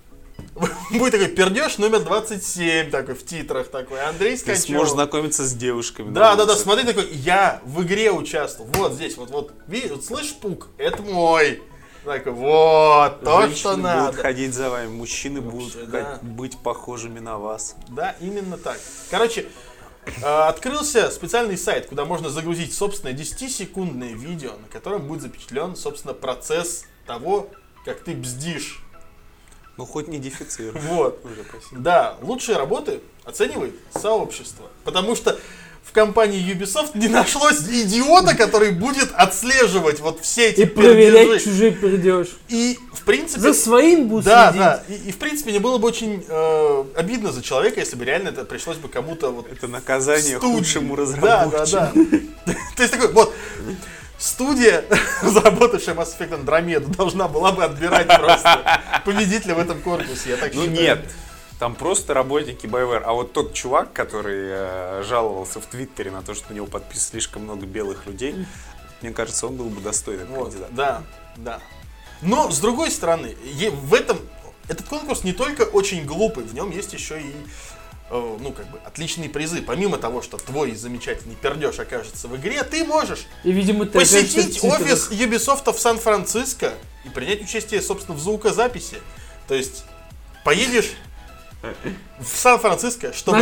будет такой пердеж номер 27, такой в титрах такой, Андрей Скачев. Ты сможешь знакомиться с девушками. Да, смотри, такой, я в игре участвовал, вот здесь, вот, видишь, вот слышишь пук, это мой. Такой, вот, то, женщины что надо. будут ходить за вами, мужчины будут да. быть похожими на вас. Да, именно так. Короче, открылся специальный сайт, куда можно загрузить собственное 10-секундное видео, на котором будет запечатлен, собственно, процесс того, как ты бздишь. Ну, хоть не дефицируешь. Вот. Уже спасибо. Да, лучшие работы оценивает сообщество. Потому что в компании Ubisoft не нашлось идиота, который будет отслеживать вот все эти и проверять чужой пердеж. И, в принципе... За своим будет да, следить. Да, и, в принципе, мне было бы очень обидно за человека, если бы реально это пришлось бы кому-то вот... Это наказание худшему разработчику. Да. То есть такой, вот, студия, разработавшая Mass Effect Andromeda, должна была бы отбирать просто победителя в этом конкурсе, я так считаю. Нет. Там просто работники BioWare. А вот тот чувак, который жаловался в Твиттере на то, что на него подписано слишком много белых людей, мне кажется, он был бы достойным кандидатом. Да. Но, с другой стороны, этот конкурс не только очень глупый, в нем есть еще и отличные призы. Помимо того, что твой замечательный пердеж окажется в игре, ты можешь посетить офис Ubisoft в Сан-Франциско и принять участие, собственно, в звукозаписи. То есть, поедешь в Сан-Франциско, чтобы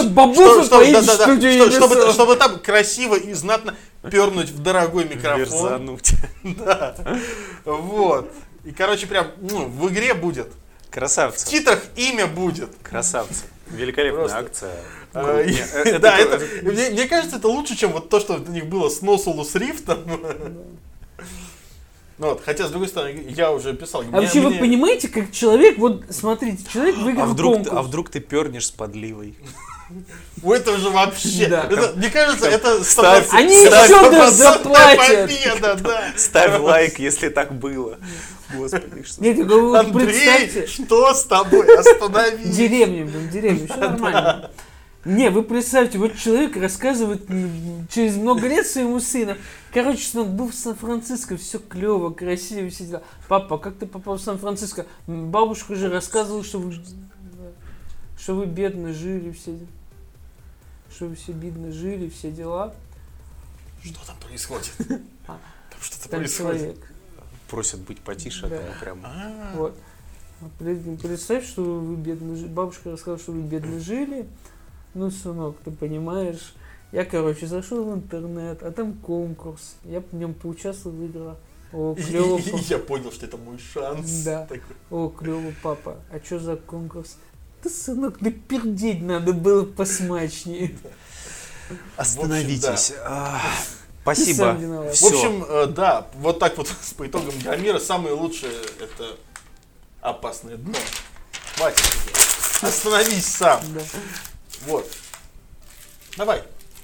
там красиво и знатно пернуть в дорогой микрофон. Верзануть. Да. Вот. И, короче, прям, в игре будет. Красавцы. В титрах имя будет. Красавцы. Великолепная акция. Да, мне кажется, это лучше, чем вот то, что у них было с No Solus Rift. Вот, хотя, с другой стороны, я уже писал. А вообще вы понимаете, как человек, вот смотрите, человек выиграл конкурс. А вдруг ты пернешь с подливой? У этого же вообще, да. Мне кажется, это... Они еще даже заплатят. Победа, да. Ставь лайк, если так было. Господи, что... Нет, вы Андрей, представьте. что с тобой? Остановись. Деревня, все нормально. Не, вы представьте, вот человек рассказывает через много лет своему сыну. Короче, сынок, был в Сан-Франциско, все клево, красиво, все дела. Папа, как ты попал в Сан-Франциско? Бабушка же рассказывала, что вы бедно жили, что вы все бедно жили, все дела. Что там происходит? Там что-то там происходит. Человек. Просят быть потише, да. Прям. Вот. Представь, что вы бедно жили. Бабушка рассказала, что вы бедно жили. Ну, сынок, ты понимаешь, я, зашел в интернет, а там конкурс. Я в нем поучаствовал, выиграла. О, клево. И я понял, что это мой шанс. Да. О, клево, папа. А что за конкурс? Да, сынок, напердеть надо было посмачнее. Остановитесь. В Ты Спасибо. сам виноват. В Всё. общем, да, вот так вот по итогам Громира самое лучшее это опасное дно. Хватит уже. Остановись сам. Да. Вот. Давай.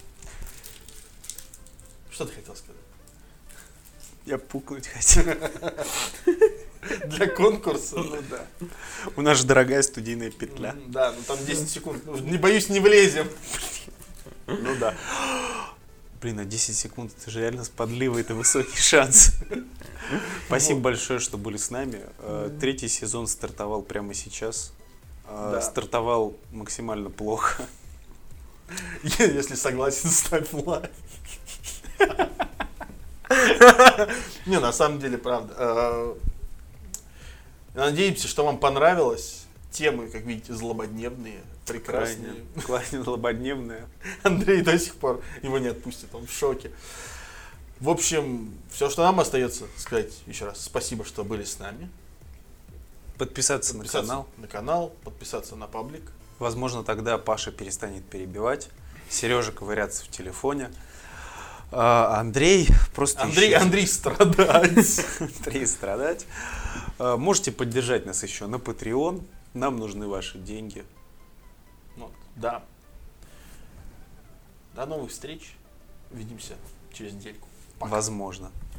Что ты хотел сказать? Я пукнуть хотел. Для конкурса? Ну да. У нас же дорогая студийная петля. Да, ну там 10 секунд. Ну, не боюсь, не влезем. Ну да. Блин, а 10 секунд, это же реально с подливой, это высокий шанс. Спасибо большое, что были с нами. Третий сезон стартовал прямо сейчас. Стартовал максимально плохо. Если согласен, ставь лайк. Не, на самом деле, правда. Надеемся, что вам понравилось. Темы, как видите, злободневные, прекрасные. Крайне злободневная. Андрей до сих пор его не отпустит, он в шоке. В общем, все, что нам остается сказать еще раз, спасибо, что были с нами. Подписаться на канал. На канал, подписаться на паблик. Возможно, тогда Паша перестанет перебивать. Сережа ковыряться в телефоне. Андрей просто Андрей страдать. Андрей страдать. Можете поддержать нас еще на Patreon. Нам нужны ваши деньги. Вот, да. До новых встреч. Увидимся через недельку. Пока. Возможно.